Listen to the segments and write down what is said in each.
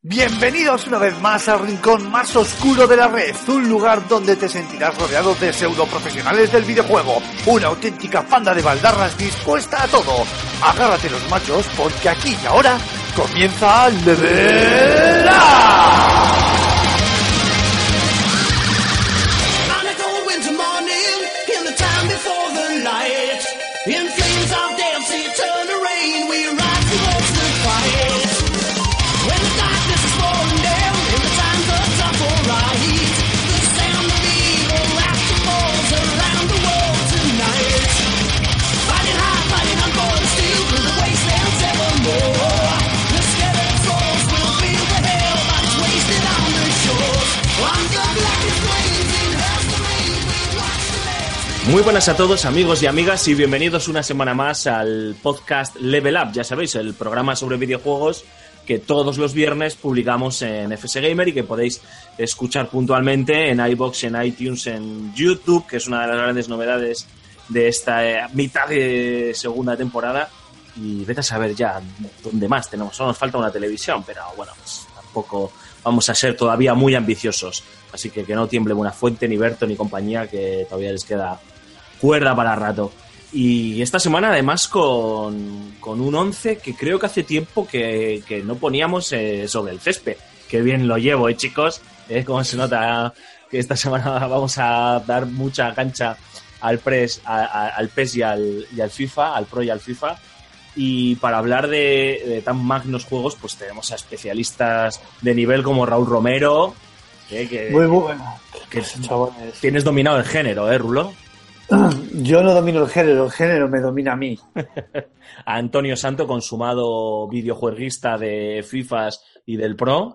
Bienvenidos una vez más al rincón más oscuro de la red, un lugar donde te sentirás rodeado de pseudoprofesionales del videojuego, una auténtica panda de baldarras dispuesta a todo. Agárrate los machos porque aquí y ahora comienza Level Up. Muy buenas a todos, amigos y amigas, y bienvenidos una semana más al podcast Level Up. Ya sabéis, el programa sobre videojuegos que todos los viernes publicamos en FS Gamer y que podéis escuchar puntualmente en iVoox, en iTunes, en YouTube, que es una de las grandes novedades de esta mitad de segunda temporada. Y vete a saber ya dónde más tenemos. Solo nos falta una televisión, pero bueno, pues tampoco vamos a ser todavía muy ambiciosos. Así que no tiemble Buenafuente, ni Berto, ni compañía, que todavía les queda cuerda para rato. Y esta semana además con un 11 que creo que hace tiempo que no poníamos sobre el césped. Qué bien lo llevo, chicos. Como se nota que esta semana vamos a dar mucha cancha al PES y al FIFA, al Pro y al FIFA. Y para hablar de tan magnos juegos, pues tenemos a especialistas de nivel como Raúl Romero. Muy bueno. Que tienes dominado el género, Rulo. Yo no domino el género me domina a mí. A Antonio Santo, consumado videojueguista de FIFAs y del Pro.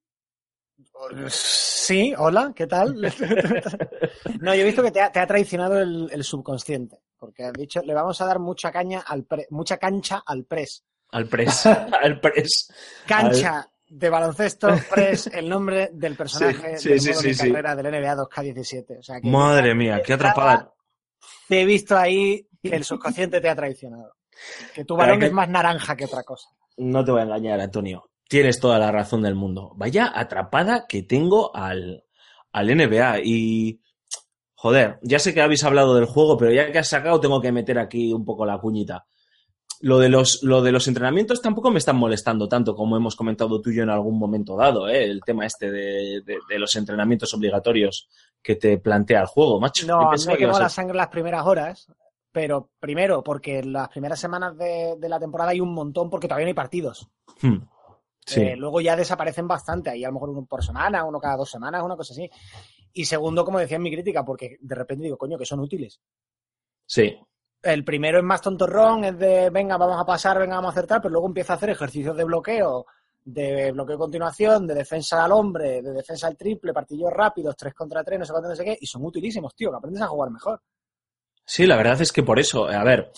Sí, hola, ¿qué tal? No, yo he visto que te ha traicionado el subconsciente, porque has dicho, le vamos a dar mucha cancha al press. Al press. Cancha de baloncesto, press, el nombre del personaje del modo de carrera del NBA 2K17. O sea, que madre mía, qué atrapada. Te he visto ahí que el subconsciente te ha traicionado. Que tu balón es más naranja que otra cosa. No te voy a engañar, Antonio. Tienes toda la razón del mundo. Vaya atrapada que tengo al NBA. Y, joder, ya sé que habéis hablado del juego, pero ya que has sacado tengo que meter aquí un poco la cuñita. Lo de los entrenamientos tampoco me están molestando tanto como hemos comentado tú y yo en algún momento dado, el tema este de los entrenamientos obligatorios que te plantea el juego, macho. No, a mí me quemó la sangre las primeras horas, pero primero porque en las primeras semanas de la temporada hay un montón porque todavía no hay partidos. Sí. Luego ya desaparecen bastante, ahí a lo mejor uno por semana, uno cada 2 semanas, una cosa así. Y segundo, como decía en mi crítica, porque de repente digo, coño, que son útiles. Sí. El primero es más tontorrón, es de, venga, vamos a pasar, venga, vamos a acertar, pero luego empieza a hacer ejercicios de bloqueo de continuación, de defensa al hombre, de defensa al triple, partidos rápidos, 3 contra 3, no sé cuánto, no sé qué, y son utilísimos, tío, que aprendes a jugar mejor. Sí, la verdad es que por eso, a ver,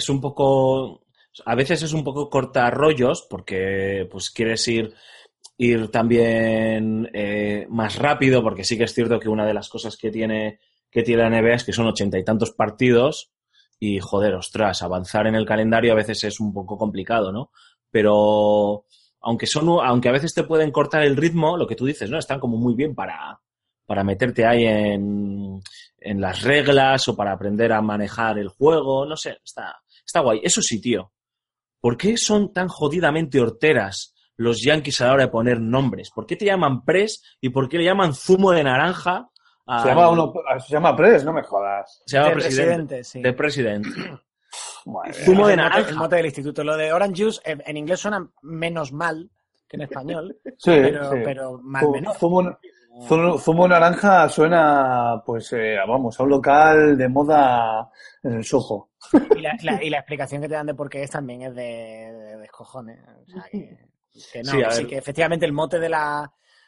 a veces es un poco cortarrollos, porque pues quieres ir también más rápido, porque sí que es cierto que una de las cosas que tiene la NBA es que son 80 y tantos partidos. Y, joder, ostras, avanzar en el calendario a veces es un poco complicado, ¿no? Pero aunque a veces te pueden cortar el ritmo, lo que tú dices, ¿no? Están como muy bien para meterte ahí en las reglas o para aprender a manejar el juego, no sé, está guay. Eso sí, tío, ¿por qué son tan jodidamente horteras los Yankees a la hora de poner nombres? ¿Por qué te llaman press y por qué le llaman zumo de naranja? Se llama Press, no me jodas. Se llama presidente, sí. De President. Zumo de naranja. El mote del instituto. Lo de Orange Juice en inglés suena menos mal que en español. Sí, pero mal menor. Zumo naranja suena, pues, vamos, a un local de moda en el Soho. Y la explicación que te dan de por qué es también es de descojones. O sea, que no, sí, que efectivamente el mote de la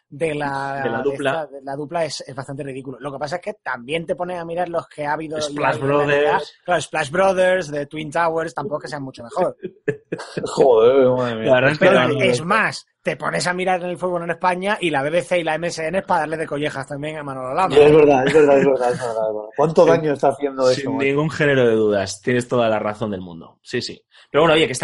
dupla es bastante ridículo. Lo que pasa es que también te pones a mirar los que ha habido Splash Brothers. Claro, Splash Brothers, de Twin Towers, tampoco que sean mucho mejor. Joder, madre mía. La verdad es que pero es más, te pones a mirar en el fútbol en España y la BBC y la MSN es para darle de collejas también a Manolo Lama. Es verdad. ¿Cuánto daño está haciendo eso? Sin ningún género de dudas. Tienes toda la razón del mundo. Sí. Pero bueno, oye, que está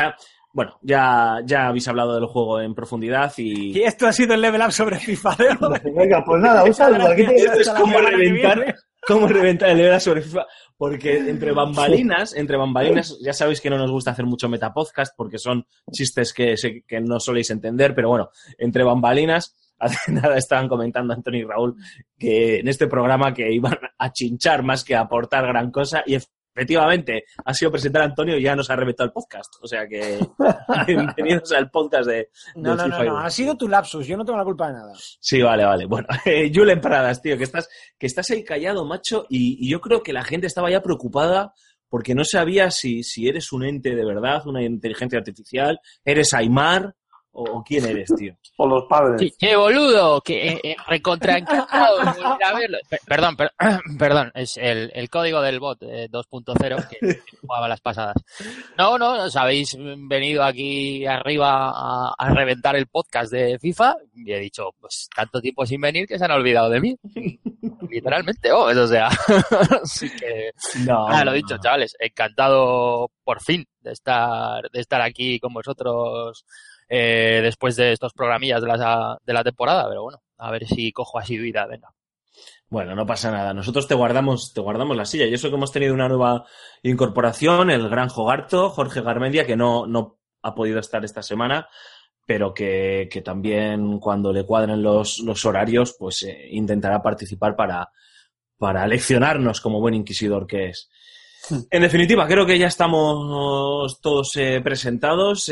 bueno, ya habéis hablado del juego en profundidad Y esto ha sido el Level Up sobre FIFA de hoy. Venga, pues nada, un saludo. Aquí te... Esto es cómo reventar el Level sobre FIFA, porque entre bambalinas, ya sabéis que no nos gusta hacer mucho metapodcast porque son chistes que no soléis entender, pero bueno, entre bambalinas, hace nada estaban comentando Antonio y Raúl que en este programa que iban a chinchar más que a aportar gran cosa, y efectivamente ha sido presentar a Antonio y ya nos ha reventado el podcast, o sea que bienvenidos al podcast de No, ha sido tu lapsus, yo no tengo la culpa de nada. Sí, vale. Bueno, Julen Pradas, tío, que estás ahí callado, macho, y yo creo que la gente estaba ya preocupada porque no sabía si eres un ente de verdad, una inteligencia artificial, eres Aymar o quién eres, tío. O los padres. Sí, qué boludo, que recontraencantado de volver a verlo. Perdón, es el código del bot 2.0 que jugaba las pasadas. No, os habéis venido aquí arriba a reventar el podcast de FIFA y he dicho, pues tanto tiempo sin venir que se han olvidado de mí. Literalmente, o sea, así que lo dicho, chavales, encantado por fin de estar aquí con vosotros después de estos programillas de la temporada, pero bueno, a ver si cojo asiduidad, venga. Bueno, no pasa nada. Nosotros te guardamos la silla. Y eso que hemos tenido una nueva incorporación, el gran Jogarto, Jorge Garmendia, que no ha podido estar esta semana, pero que también cuando le cuadren los horarios, pues intentará participar para leccionarnos como buen inquisidor que es. En definitiva, creo que ya estamos todos presentados.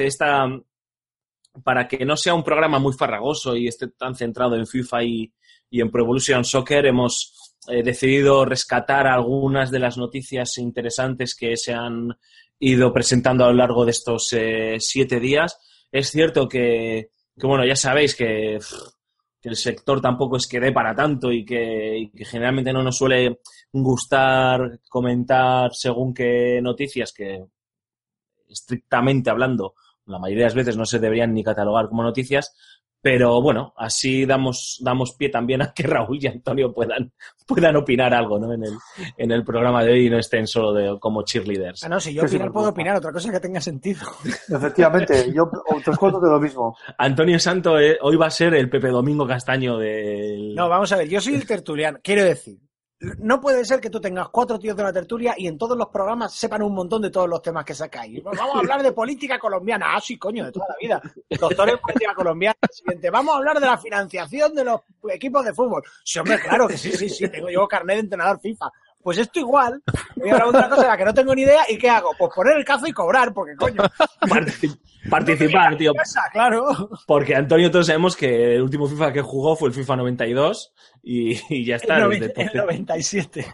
Para que no sea un programa muy farragoso y esté tan centrado en FIFA y en Pro Evolution Soccer, hemos decidido rescatar algunas de las noticias interesantes que se han ido presentando a lo largo de estos 7 días. Es cierto que bueno, ya sabéis que el sector tampoco es que dé para tanto y que generalmente no nos suele gustar comentar según qué noticias que, estrictamente hablando, la mayoría de las veces no se deberían ni catalogar como noticias, pero bueno, así damos pie también a que Raúl y Antonio puedan opinar algo, ¿no? en el programa de hoy y no estén solo como cheerleaders. No, si yo puedo opinar, otra cosa que tenga sentido. Efectivamente, yo otros cuantos de lo mismo. Antonio Santo hoy va a ser el Pepe Domingo Castaño del... No, vamos a ver, yo soy el tertuliano, quiero decir. No puede ser que tú tengas 4 tíos de la tertulia y en todos los programas sepan un montón de todos los temas que sacáis. Vamos a hablar de política colombiana. Ah, sí, coño, de toda la vida. Doctor en política colombiana. Siguiente. Vamos a hablar de la financiación de los equipos de fútbol. Sí, hombre, claro que sí. Llevo carnet de entrenador FIFA. Pues esto igual. Voy a hablar de una cosa de la que no tengo ni idea. ¿Y qué hago? Pues poner el cazo y cobrar, porque coño. Participar, tío. Claro. Porque Antonio, todos sabemos que el último FIFA que jugó fue el FIFA 92 y ya está. El 97.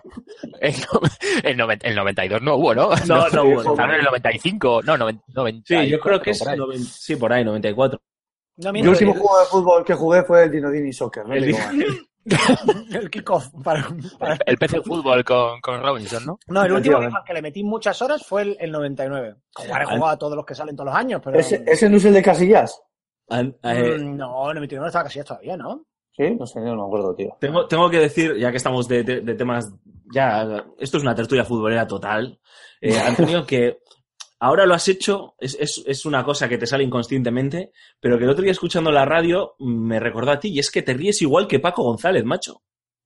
El 92 no hubo, ¿no? No hubo. Estaban en el 95. No, 90. Sí, yo creo que es sí, por ahí, 94. No, el último juego de fútbol que jugué fue el Dinodini Soccer. ¿No? El kickoff para el PC Fútbol con Robinson, ¿no? No, el último que le metí muchas horas fue el 99. He jugado a todos los que salen todos los años, pero... ¿Ese no es el de Casillas? No, el 99 estaba Casillas todavía, ¿no? Sí, no sé, no me acuerdo, tío. Tengo que decir, ya que estamos de temas... Ya, esto es una tertulia futbolera total. Antonio, que ahora lo has hecho, es una cosa que te sale inconscientemente, pero que el otro día escuchando la radio me recordó a ti, y es que te ríes igual que Paco González, macho.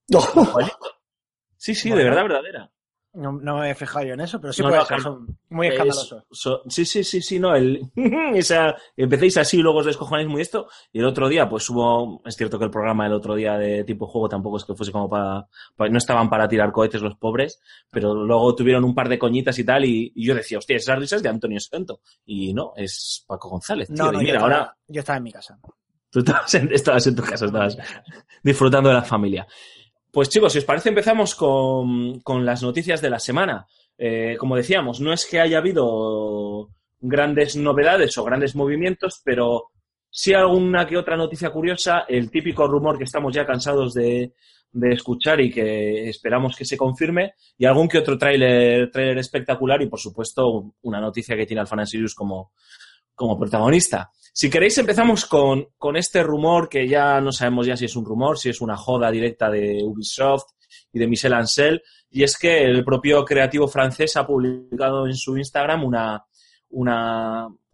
Sí, bueno, de verdad, verdadera. No me he fijado yo en eso, pero sí puede ser, son muy escandalosos. Sí, no, empecéis así y luego os descojonáis muy esto, y el otro día pues es cierto que el programa el otro día de tipo juego tampoco es que fuese como no estaban para tirar cohetes los pobres, pero luego tuvieron un par de coñitas y tal, y yo decía, hostia, esas risas de Antonio Santo, y no, es Paco González, tío. No, mira, yo estaba en mi casa. Tú estabas en tu casa, estabas disfrutando de la familia. Pues chicos, si os parece empezamos con las noticias de la semana. Como decíamos, no es que haya habido grandes novedades o grandes movimientos, pero sí alguna que otra noticia curiosa, el típico rumor que estamos ya cansados de escuchar y que esperamos que se confirme, y algún que otro tráiler espectacular y, por supuesto, una noticia que tiene Alpha Sirius como protagonista. Si queréis empezamos con este rumor que ya no sabemos ya si es un rumor, si es una joda directa de Ubisoft y de Michel Ancel, y es que el propio creativo francés ha publicado en su Instagram una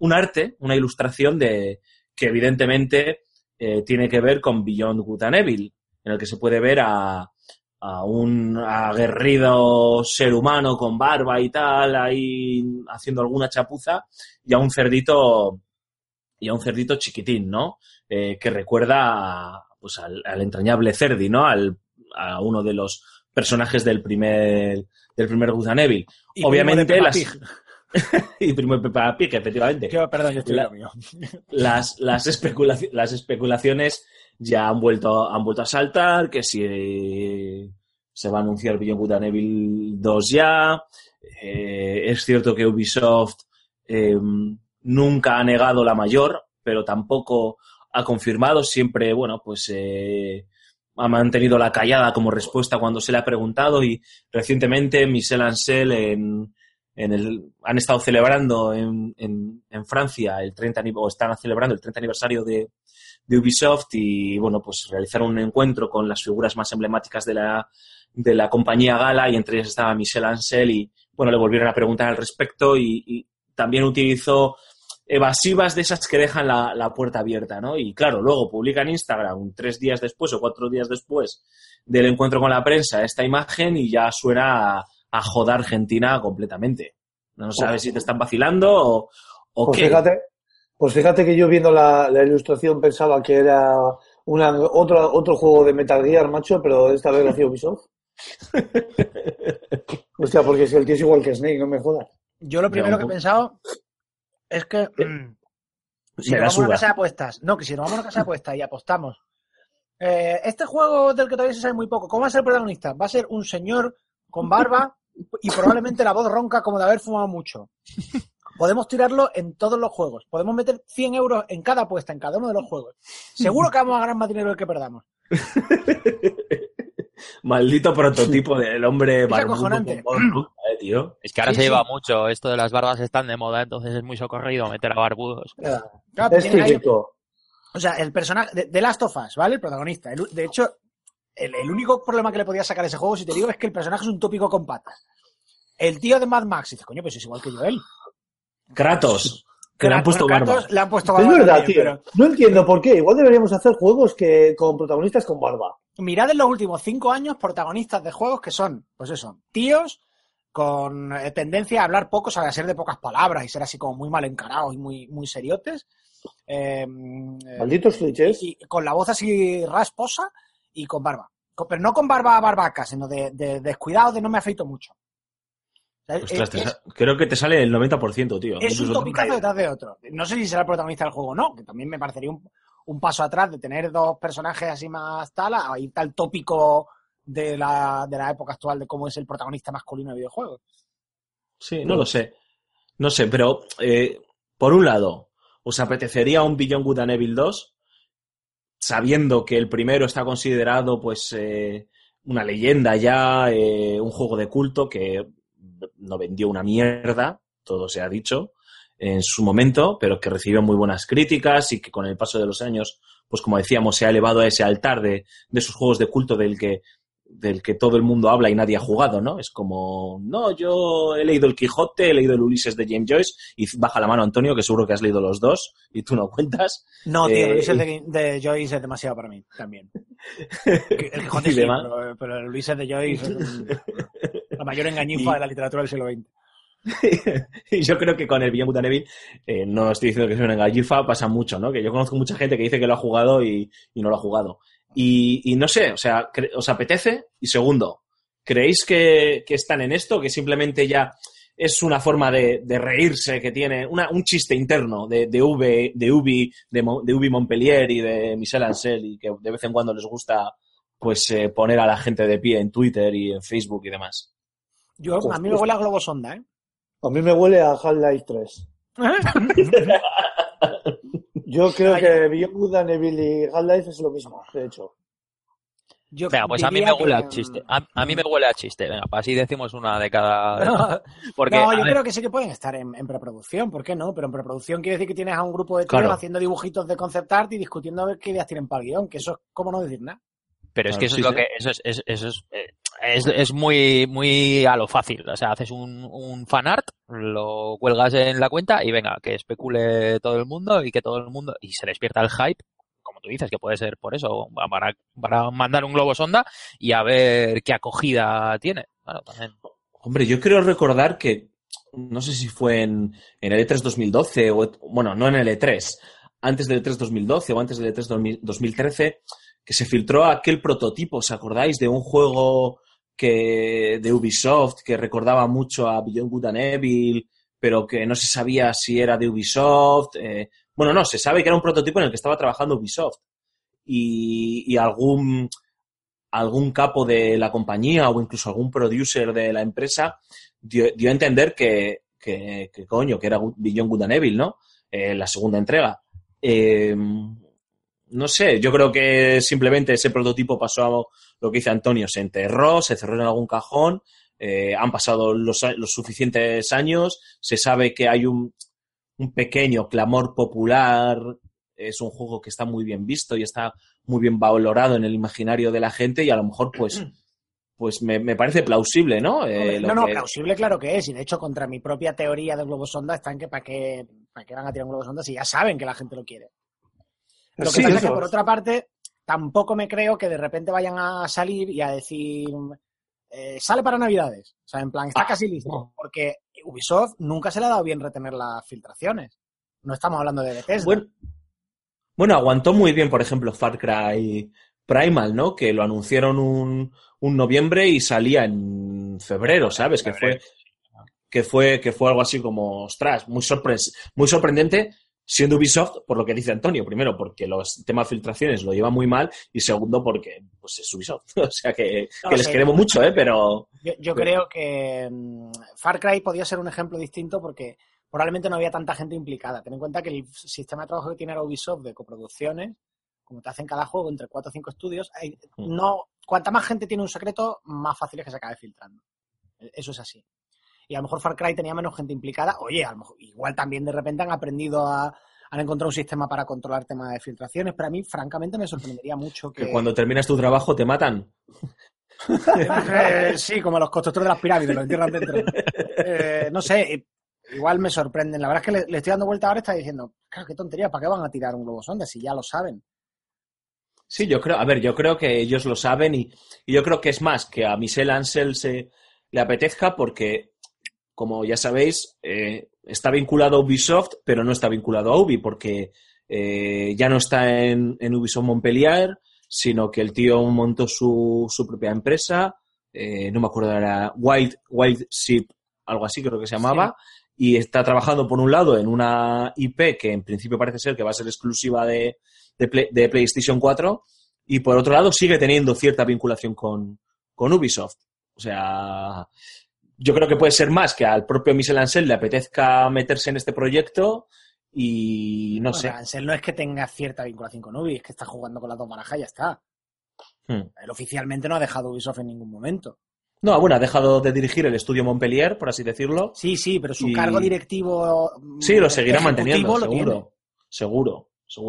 un arte, una ilustración que evidentemente tiene que ver con Beyond Good and Evil, en el que se puede ver a un aguerrido ser humano con barba y tal, ahí haciendo alguna chapuza, y a un cerdito chiquitín, ¿no? Que recuerda pues al entrañable Cerdi, ¿no? A uno de los personajes del primer Good and Evil. Y Obviamente y primo de Peppa Pig, efectivamente. Perdón, yo estoy mío. Las especulaciones ya han vuelto a saltar, que si se va a anunciar Beyond Good and Evil 2 ya. Es cierto que Ubisoft nunca ha negado la mayor, pero tampoco ha confirmado. Siempre, bueno, pues ha mantenido la callada como respuesta cuando se le ha preguntado, y recientemente Michel Ancel han estado celebrando en Francia están celebrando el 30 aniversario de Ubisoft, y bueno, pues realizaron un encuentro con las figuras más emblemáticas de la compañía gala, y entre ellas estaba Michel Ancel, y bueno, le volvieron a preguntar al respecto, y también utilizó evasivas de esas que dejan la puerta abierta, ¿no? Y claro, luego publica en Instagram 3 días después o 4 días después del encuentro con la prensa esta imagen, y ya suena a joda Argentina completamente. No sabes si te están vacilando o pues qué. Fíjate que yo viendo la ilustración pensaba que era otro juego de Metal Gear, macho, pero esta vez lo hacía Ubisoft. Hostia, porque si el tío es igual que Snake, no me jodas. Yo lo primero que he pensado es que si nos vamos a una casa de apuestas, y apostamos. Este juego del que todavía se sabe muy poco, ¿cómo va a ser el protagonista? Va a ser un señor con barba y probablemente la voz ronca como de haber fumado mucho. Podemos tirarlo en todos los juegos. Podemos meter 100 euros en cada apuesta, en cada uno de los juegos. Seguro que vamos a ganar más dinero del que perdamos. Maldito prototipo del hombre barbudo. Tío. Es que ahora se lleva mucho. Esto de las barbas están de moda, entonces es muy socorrido meter a barbudos. Claro, es típico. O sea, el personaje de Last of Us, ¿vale? El protagonista. De hecho, el único problema que le podía sacar a ese juego, si te digo, es que el personaje es un tópico con patas. El tío de Mad Max dice, coño, pues es igual que Joel. Kratos. Que le han puesto barba. Le han puesto barba. Es verdad, también, tío. pero... No entiendo por qué. Igual deberíamos hacer juegos con protagonistas con barba. Mirad en los últimos 5 años protagonistas de juegos que son, pues eso, tíos con tendencia a hablar poco, a ser de pocas palabras y ser así como muy mal encarados y muy seriotes. Malditos clichés. Y con la voz así rasposa y con barba. Pero no con barbaca, sino de descuidado, de no me afeito mucho. Ostras, creo que te sale el 90%, tío. Es un topicazo detrás de otro. No sé si será el protagonista del juego o no, que también me parecería un paso atrás de tener 2 personajes así más y tal tópico de la época actual de cómo es el protagonista masculino de videojuegos. Sí, no lo sé. No sé, pero por un lado, ¿os apetecería un Beyond Good and Evil 2? Sabiendo que el primero está considerado pues una leyenda ya, un juego de culto que no vendió una mierda, todo se ha dicho en su momento, pero que recibió muy buenas críticas y que con el paso de los años, pues como decíamos, se ha elevado a ese altar de esos juegos de culto del que todo el mundo habla y nadie ha jugado, ¿no? Es como, no, yo he leído el Quijote, he leído el Ulises de James Joyce, y baja la mano, Antonio, que seguro que has leído los dos y tú no cuentas. No, tío, el Ulises de Joyce es demasiado para mí, también. El Quijote sí, pero el Ulises de Joyce es la mayor engañifa de la literatura del siglo XX. Y yo creo que con el Beyond Good and Evil, no estoy diciendo que sea una engañifa, pasa mucho, ¿no? Que yo conozco mucha gente que dice que lo ha jugado y no lo ha jugado. Y no sé, o sea, ¿os apetece? Y segundo, ¿creéis que están en esto? Que simplemente ya es una forma de reírse, que tiene un chiste interno de Ubi Montpellier y de Michel Ancel, y que de vez en cuando les gusta pues poner a la gente de pie en Twitter y en Facebook y demás. A mí me huele a globo sonda, ¿eh? A mí me huele a Half-Life 3. Yo creo que Beyond Good and Evil y Half-Life es lo mismo, de hecho. Venga, pues a mí me huele a chiste. A mí me huele a chiste. Venga, pues así decimos una de cada... Porque, no, yo creo que sí que pueden estar en preproducción, ¿por qué no? Pero en preproducción quiere decir que tienes a un grupo de tíos haciendo dibujitos de concept art y discutiendo a ver qué ideas tienen para el guión, que eso es como no decir nada. Pero es que eso es lo que... Eso es es muy, muy a lo fácil. O sea, haces un fanart, lo cuelgas en la cuenta y venga, que especule todo el mundo y que todo el mundo, y se despierta el hype, como tú dices, que puede ser por eso, para mandar un globo sonda y a ver qué acogida tiene. Claro, también. Hombre, yo creo recordar que, no sé si fue en el E3 2012, bueno, no en el E3, antes del E3 2012 o antes del E3 2013, que se filtró aquel prototipo, ¿os acordáis? De un juego de Ubisoft que recordaba mucho a Beyond Good and Evil, pero que no se sabía si era de Ubisoft. Bueno, no, se sabe que era un prototipo en el que estaba trabajando Ubisoft. Y algún capo de la compañía o incluso algún producer de la empresa dio a entender que era Beyond Good and Evil, ¿no? La segunda entrega. No sé, yo creo que simplemente ese prototipo pasó a lo que dice Antonio, se enterró, se cerró en algún cajón, han pasado los suficientes años, se sabe que hay un pequeño clamor popular, es un juego que está muy bien visto y está muy bien valorado en el imaginario de la gente y a lo mejor pues me parece plausible, ¿no? Plausible claro que es, y de hecho contra mi propia teoría del globo sonda está en que para qué van a tirar un globo sonda si ya saben que la gente lo quiere. Lo que pasa es que, por otra parte, tampoco me creo que de repente vayan a salir y a decir sale para Navidades. O sea, en plan, está casi listo. Porque Ubisoft nunca se le ha dado bien retener las filtraciones. No estamos hablando de Bethesda. Bueno, aguantó muy bien, por ejemplo, Far Cry Primal, ¿no? Que lo anunciaron un noviembre y salía en febrero, ¿sabes? Que fue algo así como, ostras, muy sorprendente. Siendo Ubisoft, por lo que dice Antonio, primero porque los temas de filtraciones lo llevan muy mal y segundo porque pues es Ubisoft, o sea que les queremos mucho, pero... Yo creo que Far Cry podía ser un ejemplo distinto porque probablemente no había tanta gente implicada. Ten en cuenta que el sistema de trabajo que tiene ahora Ubisoft de coproducciones, como te hacen cada juego entre 4 o 5 estudios, cuanta más gente tiene un secreto, más fácil es que se acabe filtrando. Eso es así. Y a lo mejor Far Cry tenía menos gente implicada. Oye, a lo mejor, igual también de repente han aprendido han encontrado un sistema para controlar temas de filtraciones, pero a mí, francamente, me sorprendería mucho que cuando terminas tu trabajo te matan. Sí, como los constructores de las pirámides, lo entierran dentro. No sé, igual me sorprenden. La verdad es que le estoy dando vuelta ahora y está diciendo, claro, qué tontería, ¿para qué van a tirar un globo sonda si ya lo saben? Sí, yo creo que ellos lo saben y yo creo que es más que a Michel Ancel le apetezca porque, como ya sabéis, está vinculado a Ubisoft, pero no está vinculado a Ubi, porque ya no está en Ubisoft Montpellier, sino que el tío montó su propia empresa, no me acuerdo, era Wild Sheep, algo así creo que se llamaba, sí. Y está trabajando por un lado en una IP que en principio parece ser que va a ser exclusiva de PlayStation 4, y por otro lado sigue teniendo cierta vinculación con Ubisoft. O sea... Yo creo que puede ser más que al propio Michel Ancel le apetezca meterse en este proyecto y no sé. Ancel no es que tenga cierta vinculación con Ubi, es que está jugando con las dos barajas y ya está. Él oficialmente no ha dejado Ubisoft en ningún momento. No, bueno, ha dejado de dirigir el estudio Montpellier, por así decirlo. Sí, pero su cargo directivo... Sí, lo seguirá manteniendo, seguro.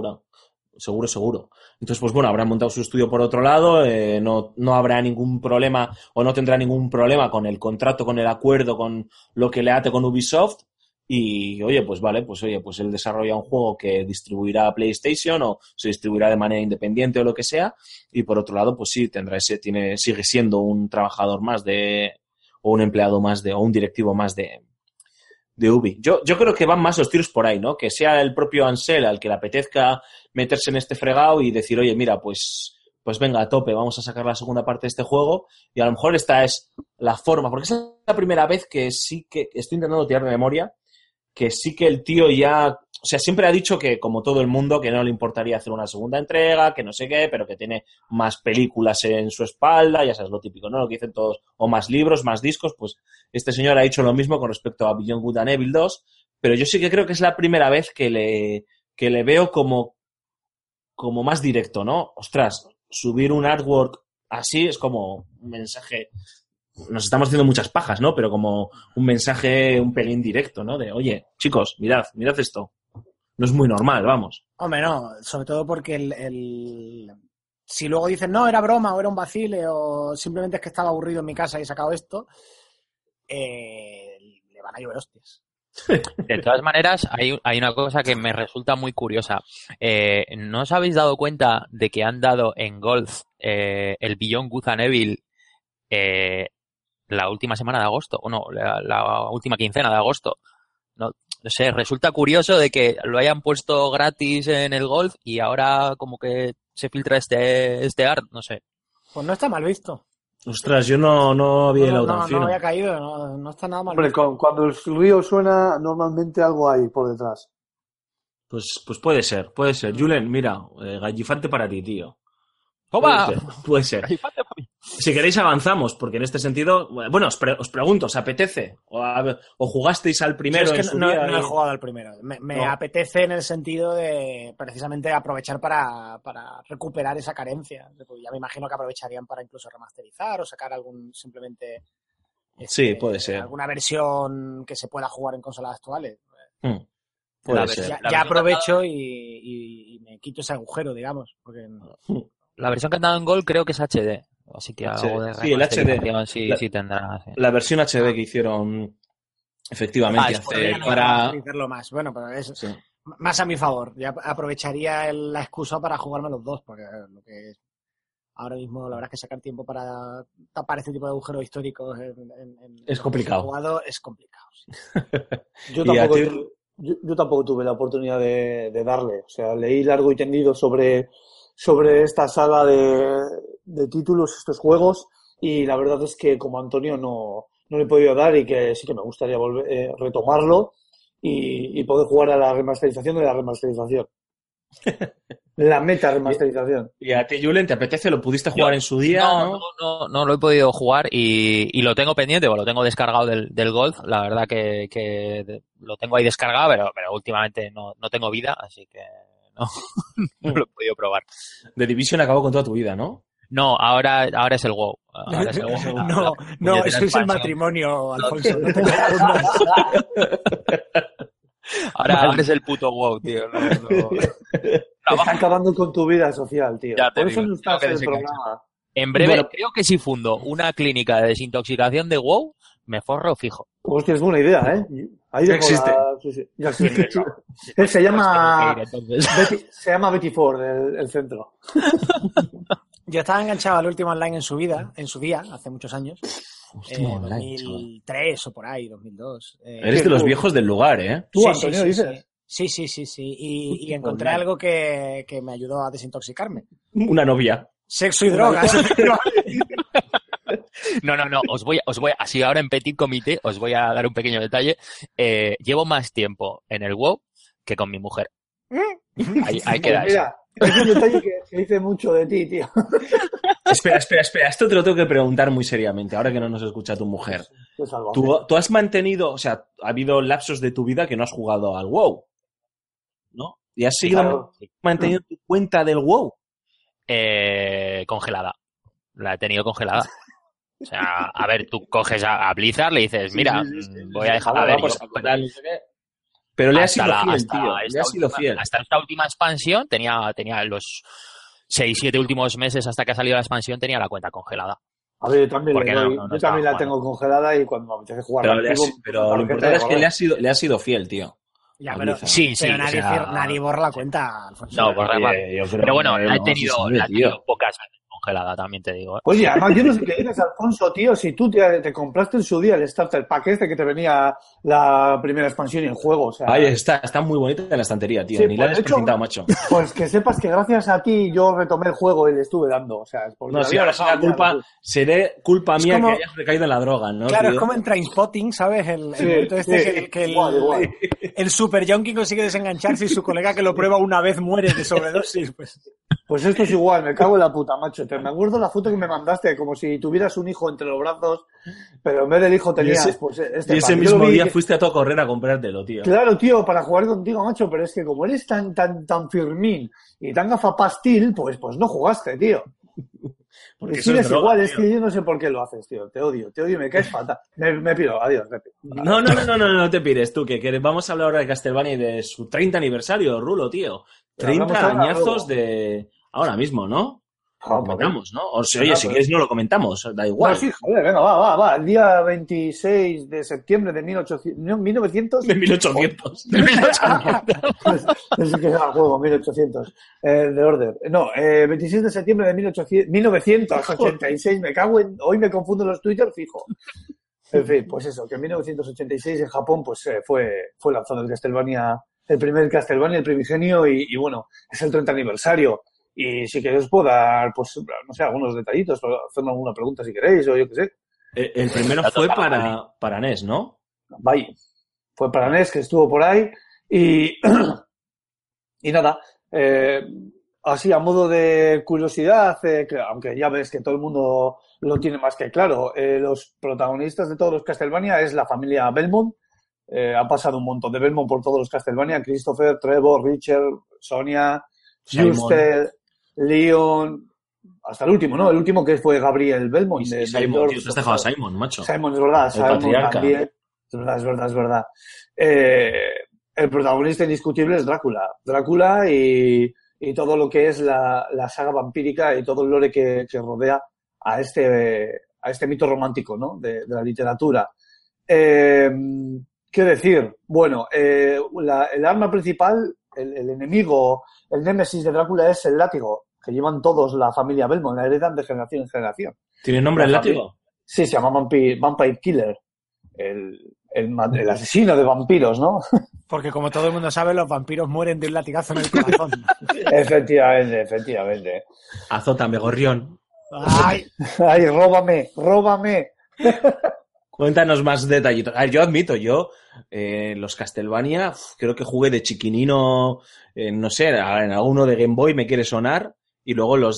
Entonces, pues bueno, habrán montado su estudio por otro lado, no habrá ningún problema o no tendrá ningún problema con el contrato, con el acuerdo, con lo que le ate con Ubisoft y, pues él desarrolla un juego que distribuirá a PlayStation o se distribuirá de manera independiente o lo que sea y por otro lado, pues sí, sigue siendo un trabajador más o un empleado más o un directivo más de Ubi. Yo creo que van más los tiros por ahí, ¿no? Que sea el propio Ancel al que le apetezca meterse en este fregado y decir, oye, mira, pues venga, a tope, vamos a sacar la segunda parte de este juego y a lo mejor esta es la forma, porque es la primera vez que sí que estoy intentando tirar de memoria, que sí que el tío ya, o sea, siempre ha dicho que, como todo el mundo, que no le importaría hacer una segunda entrega, que no sé qué, pero que tiene más películas en su espalda, ya sabes, lo típico, ¿no? Lo que dicen todos, o más libros, más discos, pues este señor ha dicho lo mismo con respecto a Beyond Good and Evil 2, pero yo sí que creo que es la primera vez que le veo como más directo, ¿no? Ostras, subir un artwork así es como un mensaje... Nos estamos haciendo muchas pajas, ¿no? Pero como un mensaje un pelín directo, ¿no? De, oye, chicos, mirad esto. No es muy normal, vamos. Hombre, no, sobre todo porque el si luego dicen, no, era broma o era un vacile o simplemente es que estaba aburrido en mi casa y he sacado esto, le van a llover hostias. De todas maneras, hay una cosa que me resulta muy curiosa. ¿No os habéis dado cuenta de que han dado en Golf el Beyond Good and Evil la última semana de agosto? O no, la última quincena de agosto. No sé, resulta curioso de que lo hayan puesto gratis en el Golf y ahora como que se filtra este art, no sé. Pues no está mal visto. Ostras, yo no había hilado tan fino. No había caído, no está nada mal Hombre, visto. cuando el río suena, normalmente algo hay por detrás. Pues puede ser. Julen, mira, gallifante para ti, tío. ¡Toma! Puede ser. Si queréis avanzamos, porque en este sentido, bueno, os pregunto, ¿os apetece? ¿O jugasteis al primero? Yo es en que su no día he jugado al primero. Me apetece en el sentido de precisamente aprovechar para recuperar esa carencia. Ya me imagino que aprovecharían para incluso remasterizar o sacar simplemente sí, puede ser. alguna versión que se pueda jugar en consolas actuales. Puede ser. Ya aprovecho y me quito ese agujero, digamos. Porque... La versión que han dado en Gold creo que es HD. Así que algo de sí, el HD. Sí tendrá. Sí. La versión HD que hicieron efectivamente para más. Bueno, pero eso más a mi favor. Ya aprovecharía la excusa para jugarme los dos, porque lo que es ahora mismo la verdad es que sacar tiempo para tapar este tipo de agujeros históricos es complicado. Jugado es complicado. Sí. Yo tampoco tuve la oportunidad de darle. O sea, leí largo y tendido sobre esta saga de títulos, estos juegos, y la verdad es que como Antonio no le he podido dar y que sí que me gustaría retomarlo y poder jugar a la remasterización de la remasterización. La meta remasterización. ¿Y a ti, Julen, te apetece? ¿Lo pudiste jugar en su día? No lo he podido jugar y lo tengo pendiente, lo tengo descargado del Golf. La verdad que lo tengo ahí descargado, pero últimamente no tengo vida, así que no lo he podido probar. The Division acabó con toda tu vida, ¿no? No, ahora es el WoW. No, eso es el matrimonio, Alfonso. Ahora es el puto WoW, tío. Está acabando con tu vida social, tío. Por eso no estás en el programa. En breve, creo que si fundo una clínica de desintoxicación de WoW, me forro fijo. Hostia, es buena idea, ¿eh? Ahí ya existe. Ya existe. Se llama Betty Ford, el centro. Yo estaba enganchado al Ultima Online en su día, hace muchos años. Ultima Online, 2003 o por ahí, 2002. Eres de los viejos del lugar, ¿eh? ¿Tú, Antonio, dices? Sí. Y encontré algo que me ayudó a desintoxicarme. Una novia. Sexo y drogas. No. Os voy así ahora en Petit Comité, os voy a dar un pequeño detalle. Llevo más tiempo en el WoW que con mi mujer. Ahí queda eso. Mira, es un detalle que se dice mucho de ti, tío. Espera. Esto te lo tengo que preguntar muy seriamente, ahora que no nos escucha tu mujer. ¿Tú has mantenido, o sea, ha habido lapsos de tu vida que no has jugado al WoW, ¿no? ¿Y has seguido manteniendo tu cuenta del WoW? Congelada. La he tenido congelada. O sea, a ver, tú coges a Blizzard, le dices, mira, voy a dejar de ver. Pero le has sido fiel, tío. Le has sido fiel. Hasta esta última expansión tenía los 6-7 últimos meses hasta que ha salido la expansión, tenía la cuenta congelada. A ver, yo también la tengo congelada y cuando me apetece jugar. Pero lo importante es que le has sido fiel, tío. Ya, pero, sí, pero nadie borra la cuenta, Alfonso. No, borra pero bueno, la he tenido pocas veces congelada, también te digo. Oye, además yo no sé qué dices, Alfonso, tío, si tú te compraste en su día el starter pack que te venía la primera expansión y el juego, o sea... Ahí está muy bonita en la estantería, tío, ni la has presentado, macho. Pues que sepas que gracias a ti yo retomé el juego y le estuve dando, o sea... No, si ahora seré culpa mía que hayas recaído en la droga, ¿no? Claro, tío? Es como en Trainspotting, ¿sabes? El super junkie consigue desengancharse y su colega que lo prueba una vez muere de sobredosis, Pues esto es igual, me cago en la puta, macho. Me acuerdo la foto que me mandaste, como si tuvieras un hijo entre los brazos, pero en vez del hijo tenías y ese mismo día fuiste a todo correr a comprártelo, tío. Claro, tío, para jugar contigo, macho, pero es que como eres tan firmín y tan gafapastil, pues no jugaste, tío. Porque si eres igual, tío. Es que yo no sé por qué lo haces, tío. Te odio, me caes fatal. Me pido, adiós, me pido. No te pires tú, que vamos a hablar ahora de Castlevania y de su 30 aniversario, Rulo, tío. 30 añazos de... Ahora mismo, ¿no? Lo comentamos, ¿no? O sea, oye, si quieres no lo comentamos, da igual. No, sí, joder, venga, va. El día 26 de septiembre de 1900... De 1800. No sé qué era el juego, 1800. De Order. No, 26 de septiembre de 1986. Me cago en... Hoy me confundo los Twitter, fijo. En fin, pues eso, que en 1986 en Japón pues fue lanzado el Castlevania, el primer Castlevania, el primigenio, y bueno, es el 30 aniversario. Y si queréis os puedo dar, pues, no sé, algunos detallitos, hacerme alguna pregunta si queréis, o yo qué sé. El primero fue para NES, ¿no? Vaya, fue para NES, que estuvo por ahí, y nada, así a modo de curiosidad, que aunque ya ves que todo el mundo lo tiene más que claro, los protagonistas de todos los Castlevania es la familia Belmont. Ha pasado un montón de Belmont por todos los Castlevania: Christopher, Trevor, Richard, Sonia, Juste, Leon, hasta el último, ¿no? El último que fue Gabriel Belmont. Y Simon, tío, te has dejado a Simon, macho. Simon, es verdad. El patriarca. También. Es verdad. El protagonista indiscutible es Drácula. Drácula y todo lo que es la saga vampírica y todo el lore que rodea a este mito romántico, ¿no? De la literatura. ¿Qué decir? Bueno, el arma principal, el enemigo, el némesis de Drácula es el látigo, que llevan todos la familia Belmont, la heredan de generación en generación. ¿Tiene nombre el látigo? Sí, se llama Vampire Killer, el asesino de vampiros, ¿no? Porque como todo el mundo sabe, los vampiros mueren de un latigazo en el corazón. Efectivamente. Azótame, gorrión. ¡Ay, róbame! Cuéntanos más detallitos. A ver, yo admito, los Castlevania, creo que jugué de chiquinino, no sé, en alguno de Game Boy me quiere sonar, y luego los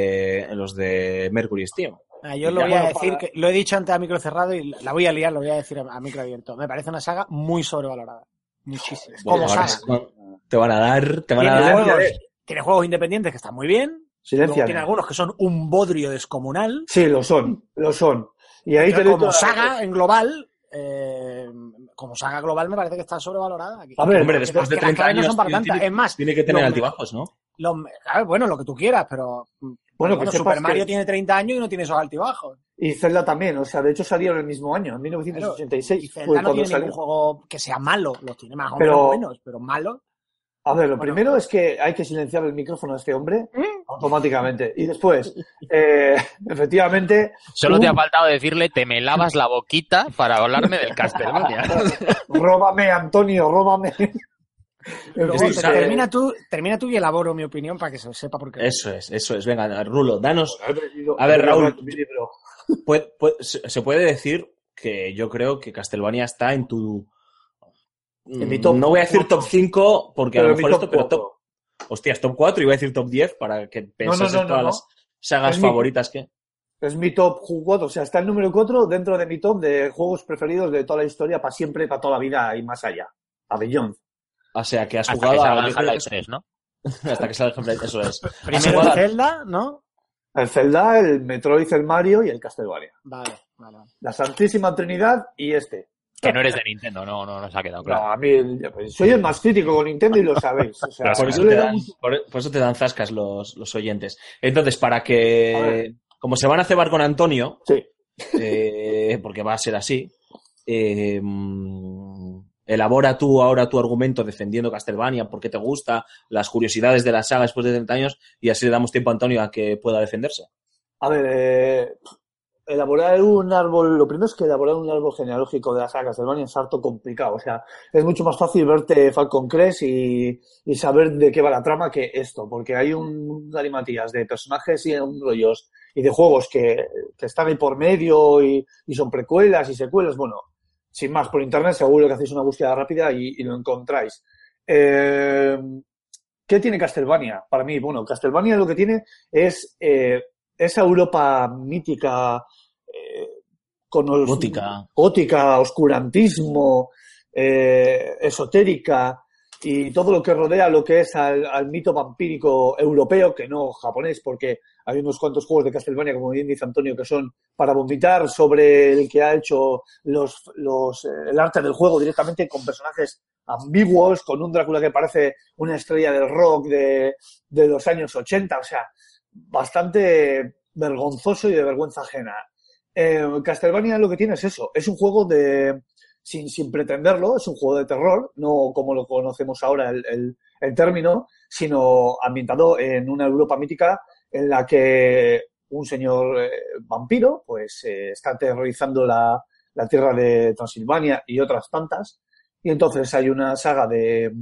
de Mercury Steam. Yo lo voy a decir, que lo he dicho antes a micro cerrado y la voy a liar, lo voy a decir a micro abierto. Me parece una saga muy sobrevalorada. Muchísimo. Bueno, como saga. Te van a dar. Tiene juegos independientes que están muy bien. Silencia. Tiene algunos que son un bodrio descomunal. Sí, lo son. Y ahí como saga en global, como saga global me parece que está sobrevalorada. A ver, hombre, después de 30 años no son para tantas. Es más, tiene que tener altibajos, ¿no? Bueno, lo que tú quieras, pero bueno, Super Mario tiene 30 años y no tiene esos altibajos. Y Zelda también, o sea, de hecho salieron el mismo año, en 1986. Y Zelda no tiene ningún juego que sea malo, los tiene más o menos buenos, pero malo. A ver, lo primero es que hay que silenciar el micrófono a este hombre automáticamente. Y después, efectivamente... Solo te ha faltado decirle, te me lavas la boquita para hablarme del Castlevania. Róbame, Antonio, róbame. Termina tú y elaboro mi opinión para que se sepa por qué. Eso es. Venga, Rulo, danos... A ver, Raúl, se puede decir que yo creo que Castlevania está en tu... En mi top, no voy a decir top 5 porque a lo mejor esto, pero top... Hostias, top 4, iba a decir top 10 para que penses en todas las sagas favoritas que... Es mi top 4, o sea, está el número 4 dentro de mi top de juegos preferidos de toda la historia, para siempre, para toda la vida y más allá. A Beyond. O sea, que has hasta jugado que a... Half-Life 3, ¿no? Hasta que salga Half-Life 3, eso es. Primero el Zelda, ¿no? El Zelda, el Metroid, el Mario y el Castlevania. Vale. La Santísima Trinidad y este. Que no eres de Nintendo, no nos ha quedado claro. No, a mí soy el más crítico con Nintendo y lo sabéis. O sea, por eso te dan zascas los oyentes. Entonces, para que... Como se van a cebar con Antonio, sí. Porque va a ser así, elabora tú ahora tu argumento defendiendo Castlevania, por qué te gusta, las curiosidades de la saga después de 30 años, y así le damos tiempo a Antonio a que pueda defenderse. A ver, elaborar un árbol, lo primero es que elaborar un árbol genealógico de la saga Castlevania es harto complicado, o sea, es mucho más fácil verte Falcon Crest y saber de qué va la trama que esto, porque hay un galimatías de personajes y rollos y de juegos que están ahí por medio y son precuelas y secuelas, bueno, sin más, por internet seguro que hacéis una búsqueda rápida y lo encontráis. ¿Qué tiene Castlevania? Para mí, bueno, Castlevania lo que tiene es esa Europa mítica, gótica, oscurantismo, esotérica y todo lo que rodea lo que es al mito vampírico europeo, que no japonés, porque hay unos cuantos juegos de Castlevania, como bien dice Antonio, que son para vomitar sobre el que ha hecho el arte del juego directamente, con personajes ambiguos, con un Drácula que parece una estrella del rock de los años 80, o sea, bastante vergonzoso y de vergüenza ajena. Castlevania lo que tiene es eso, es un juego sin pretenderlo, es un juego de terror, no como lo conocemos ahora el término, sino ambientado en una Europa mítica en la que un señor vampiro pues está aterrorizando la tierra de Transilvania y otras tantas, y entonces hay una saga de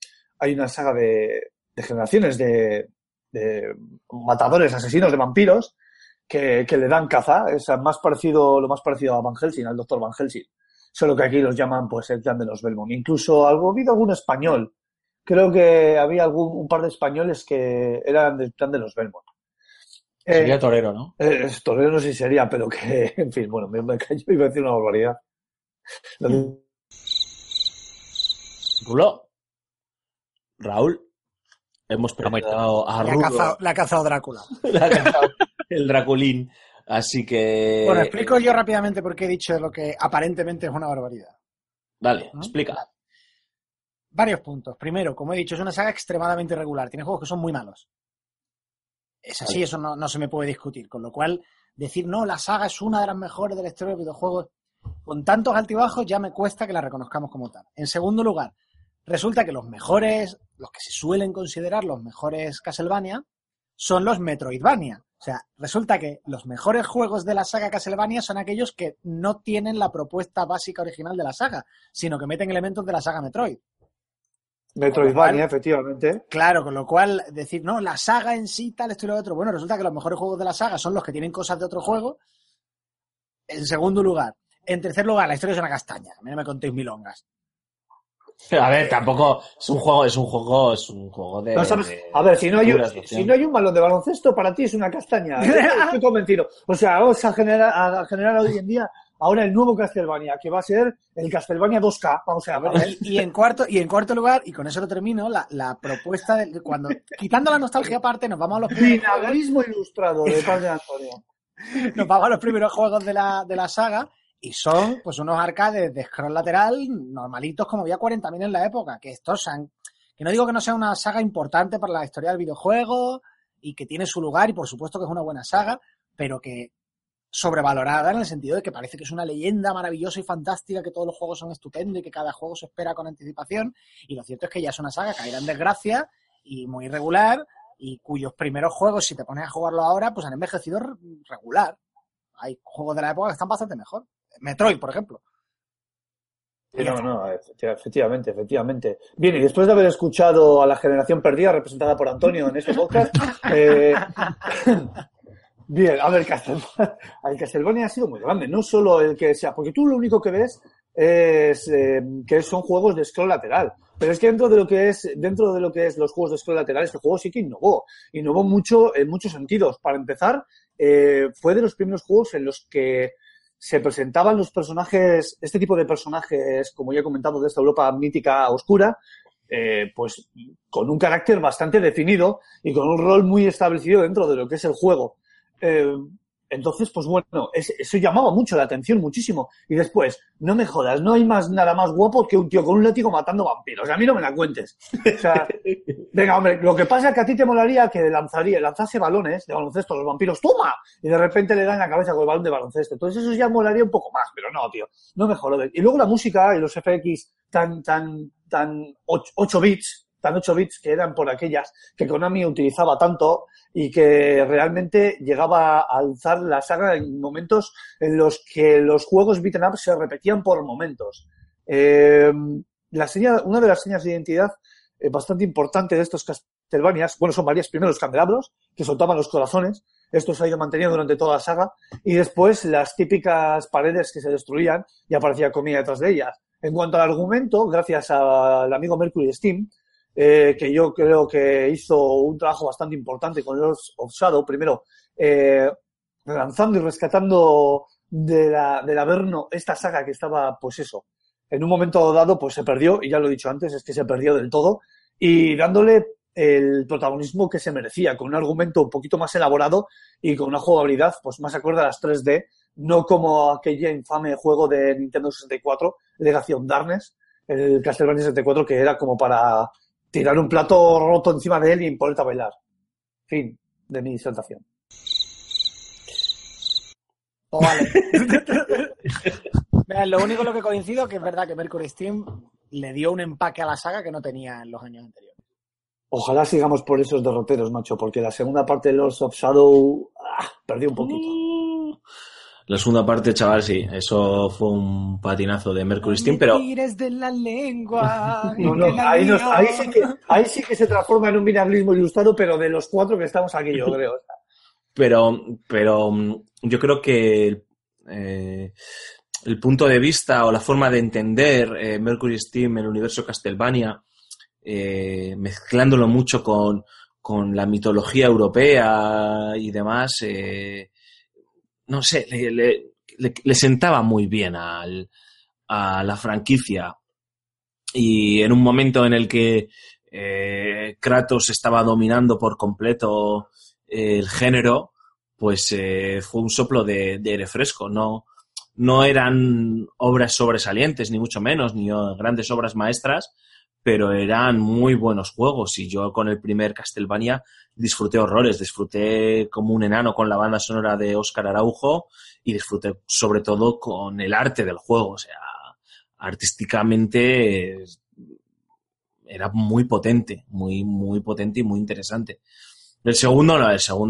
generaciones de matadores, asesinos de vampiros que le dan caza. Es lo más parecido a Van Helsing, al Dr. Van Helsing. Solo que aquí los llaman pues el clan de los Belmont. Incluso ha habido algún español. Creo que había un par de españoles que eran del clan de los Belmont. Sería torero, ¿no? Torero no sé si sería, pero que, en fin, bueno, me cayó y iba a decir una barbaridad. Rulo, Raúl, hemos presentado a Rulo. Le ha cazado Drácula. Le ha cazado el Draculín. Así que... Bueno, explico yo rápidamente por qué he dicho lo que aparentemente es una barbaridad. Dale, ¿no? explica. Varios puntos. Primero, como he dicho, es una saga extremadamente irregular. Tiene juegos que son muy malos. Es así, eso no se me puede discutir. Con lo cual, decir, no, la saga es una de las mejores de la historia de los videojuegos, con tantos altibajos ya me cuesta que la reconozcamos como tal. En segundo lugar, resulta que los que se suelen considerar los mejores Castlevania, son los Metroidvania. O sea, resulta que los mejores juegos de la saga Castlevania son aquellos que no tienen la propuesta básica original de la saga, sino que meten elementos de la saga Metroid. Metroidvania, efectivamente. Claro, con lo cual decir, no, la saga en sí, tal, esto y lo otro. Bueno, resulta que los mejores juegos de la saga son los que tienen cosas de otro juego. En segundo lugar. En tercer lugar, la historia es una castaña. A mí no me contéis milongas. A ver, tampoco es un juego de... No, ¿sabes? A ver, si no hay un balón de baloncesto, para ti es una castaña. Estoy convencido. O sea, vamos a generar hoy en día ahora el nuevo Castlevania, que va a ser el Castlevania 2K. Vamos a ver. Y en cuarto lugar, y con eso lo termino, la propuesta de cuando, quitando la nostalgia aparte, nos vamos a los vinagrismo ilustrado de padre Antonio. Nos vamos a los primeros juegos de la saga. Y son pues unos arcades de scroll lateral normalitos, como había 40.000 en la época. Que no digo que no sea una saga importante para la historia del videojuego y que tiene su lugar y por supuesto que es una buena saga, pero que sobrevalorada en el sentido de que parece que es una leyenda maravillosa y fantástica, que todos los juegos son estupendos y que cada juego se espera con anticipación. Y lo cierto es que ya es una saga caída en desgracia y muy irregular, y cuyos primeros juegos, si te pones a jugarlo ahora, pues han envejecido regular. Hay juegos de la época que están bastante mejor. Metroid, por ejemplo. No, efectivamente. Bien, y después de haber escuchado a la generación perdida representada por Antonio en este podcast, bien, a ver, el Castlevania ha sido muy grande, no solo el que sea, porque tú lo único que ves es que son juegos de scroll lateral, pero es que dentro de lo que es los juegos de scroll lateral, este juego sí que innovó mucho en muchos sentidos. Para empezar, fue de los primeros juegos en los que se presentaban los personajes, este tipo de personajes, como ya he comentado, de esta Europa mítica oscura, pues con un carácter bastante definido y con un rol muy establecido dentro de lo que es el juego. Entonces, pues bueno, eso llamaba mucho la atención, muchísimo. Y después, no me jodas, no hay nada más guapo que un tío con un látigo matando vampiros. A mí no me la cuentes. O sea, venga, hombre, lo que pasa es que a ti te molaría que lanzase balones de baloncesto a los vampiros, ¡toma! Y de repente le dan en la cabeza con el balón de baloncesto. Entonces eso ya molaría un poco más, pero no, tío, no me jodas. Y luego la música y los FX tan 8 bits, que eran por aquellas que Konami utilizaba tanto y que realmente llegaba a alzar la saga en momentos en los que los juegos beat'em up se repetían por momentos. Una de las señas de identidad bastante importante de estos Castlevanias, bueno, son varias. Primero los candelabros, que soltaban los corazones. Esto se ha ido manteniendo durante toda la saga. Y después las típicas paredes que se destruían y aparecía comida detrás de ellas. En cuanto al argumento, gracias al amigo Mercury Steam, que yo creo que hizo un trabajo bastante importante con Lords of Shadow, primero relanzando y rescatando del Averno esta saga que estaba, pues eso, en un momento dado pues se perdió, y ya lo he dicho antes, es que se perdió del todo, y dándole el protagonismo que se merecía, con un argumento un poquito más elaborado y con una jugabilidad pues más acorde a las 3D, no como aquella infame juego de Nintendo 64, Legacy of Darkness, el Castlevania 64, que era como para tirar un plato roto encima de él y ponerte a bailar. En fin, de mi disertación. Oh, vale. Mira, lo único en lo que coincido que es verdad que Mercury Steam le dio un empaque a la saga que no tenía en los años anteriores. Ojalá sigamos por esos derroteros, macho, porque la segunda parte de Lords of Shadow perdió un poquito. La segunda parte, chaval, sí, eso fue un patinazo de Mercury Steam, pero... Tires de la lengua. No, ahí sí que se transforma en un minimalismo ilustrado, pero de los 4 que estamos aquí, yo creo. Pero yo creo que el punto de vista o la forma de entender Mercury Steam, el universo Castlevania, mezclándolo mucho con la mitología europea y demás, no sé, le sentaba muy bien a la franquicia. Y en un momento en el que Kratos estaba dominando por completo el género, pues fue un soplo de aire fresco. No eran obras sobresalientes, ni mucho menos, ni grandes obras maestras, pero eran muy buenos juegos. Y yo con el primer Castlevania disfruté horrores, disfruté como un enano con la banda sonora de Óscar Araujo y disfruté sobre todo con el arte del juego. O sea, artísticamente era muy potente, muy, muy potente y muy interesante. El segundo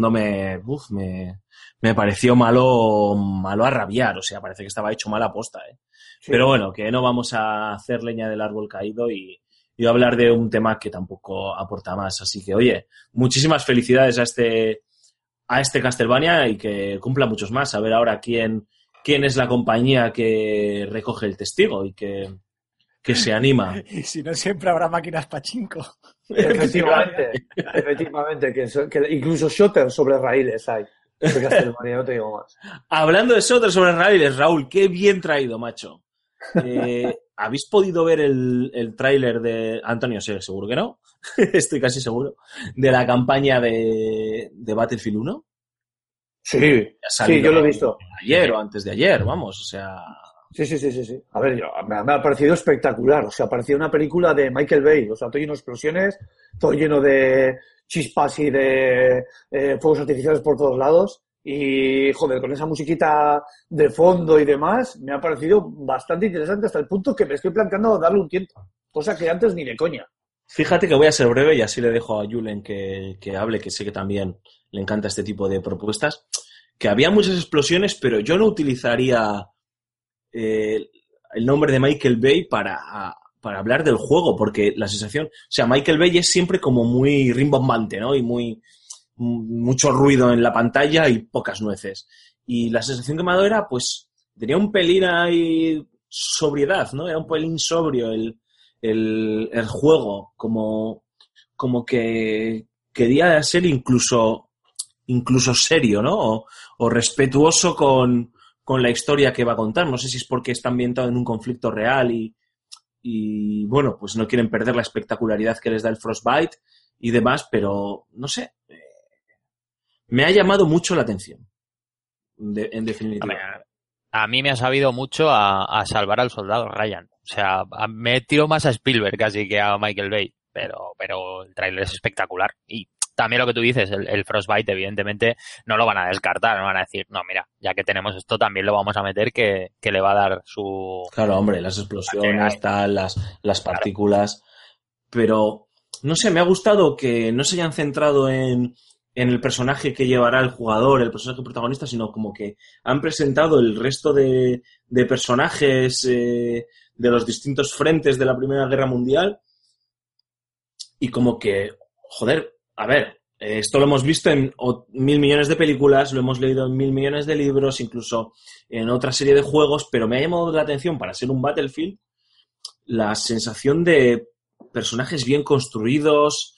me pareció malo a rabiar, o sea, parece que estaba hecho mala posta, ¿eh? Sí. Pero bueno, que no vamos a hacer leña del árbol caído y a hablar de un tema que tampoco aporta más. Así que, oye, muchísimas felicidades a este Castlevania y que cumpla muchos más. A ver ahora quién es la compañía que recoge el testigo y que se anima. Y si no, siempre habrá máquinas pachinko. Efectivamente, que incluso shooters sobre raíles hay. De Castlevania, no te digo más. Hablando de shooters sobre raíles, Raúl, qué bien traído, macho. ¿Habéis podido ver el tráiler de Antonio? Seguro que no. Estoy casi seguro. De la campaña de Battlefield 1. Sí, yo lo he visto. Ayer o antes de ayer, vamos, o sea... Sí. A ver, me ha parecido espectacular. O sea, parecía una película de Michael Bay. O sea, todo lleno de explosiones, todo lleno de chispas y de fuegos artificiales por todos lados. Y, joder, con esa musiquita de fondo y demás, me ha parecido bastante interesante hasta el punto que me estoy planteando darle un tiempo. Cosa que antes ni de coña. Fíjate que voy a ser breve y así le dejo a Julen que hable, que sé que también le encanta este tipo de propuestas. Que había muchas explosiones, pero yo no utilizaría el nombre de Michael Bay para hablar del juego, porque la sensación... O sea, Michael Bay es siempre como muy rimbombante, ¿no? Y mucho ruido en la pantalla y pocas nueces. Y la sensación que me ha dado era, pues, tenía un pelín ahí sobriedad, ¿no? Era un pelín sobrio el juego, como que quería ser incluso serio, ¿no? O respetuoso con la historia que va a contar. No sé si es porque está ambientado en un conflicto real y bueno, pues no quieren perder la espectacularidad que les da el Frostbite y demás, pero no sé. Me ha llamado mucho la atención, en definitiva. A mí me ha sabido mucho a salvar al soldado Ryan. O sea, me tiro más a Spielberg casi que a Michael Bay, pero el tráiler es espectacular. Y también lo que tú dices, el Frostbite, evidentemente, no lo van a descartar, no van a decir, no, mira, ya que tenemos esto, también lo vamos a meter que le va a dar su... Claro, hombre, las explosiones, las partículas, pero, no sé, me ha gustado que no se hayan centrado en el personaje que llevará el jugador, el personaje protagonista, sino como que han presentado el resto de personajes de los distintos frentes de la Primera Guerra Mundial y como que, joder, a ver, esto lo hemos visto en 1.000 millones de películas, lo hemos leído en 1.000 millones de libros, incluso en otra serie de juegos, pero me ha llamado la atención para ser un Battlefield la sensación de personajes bien construidos,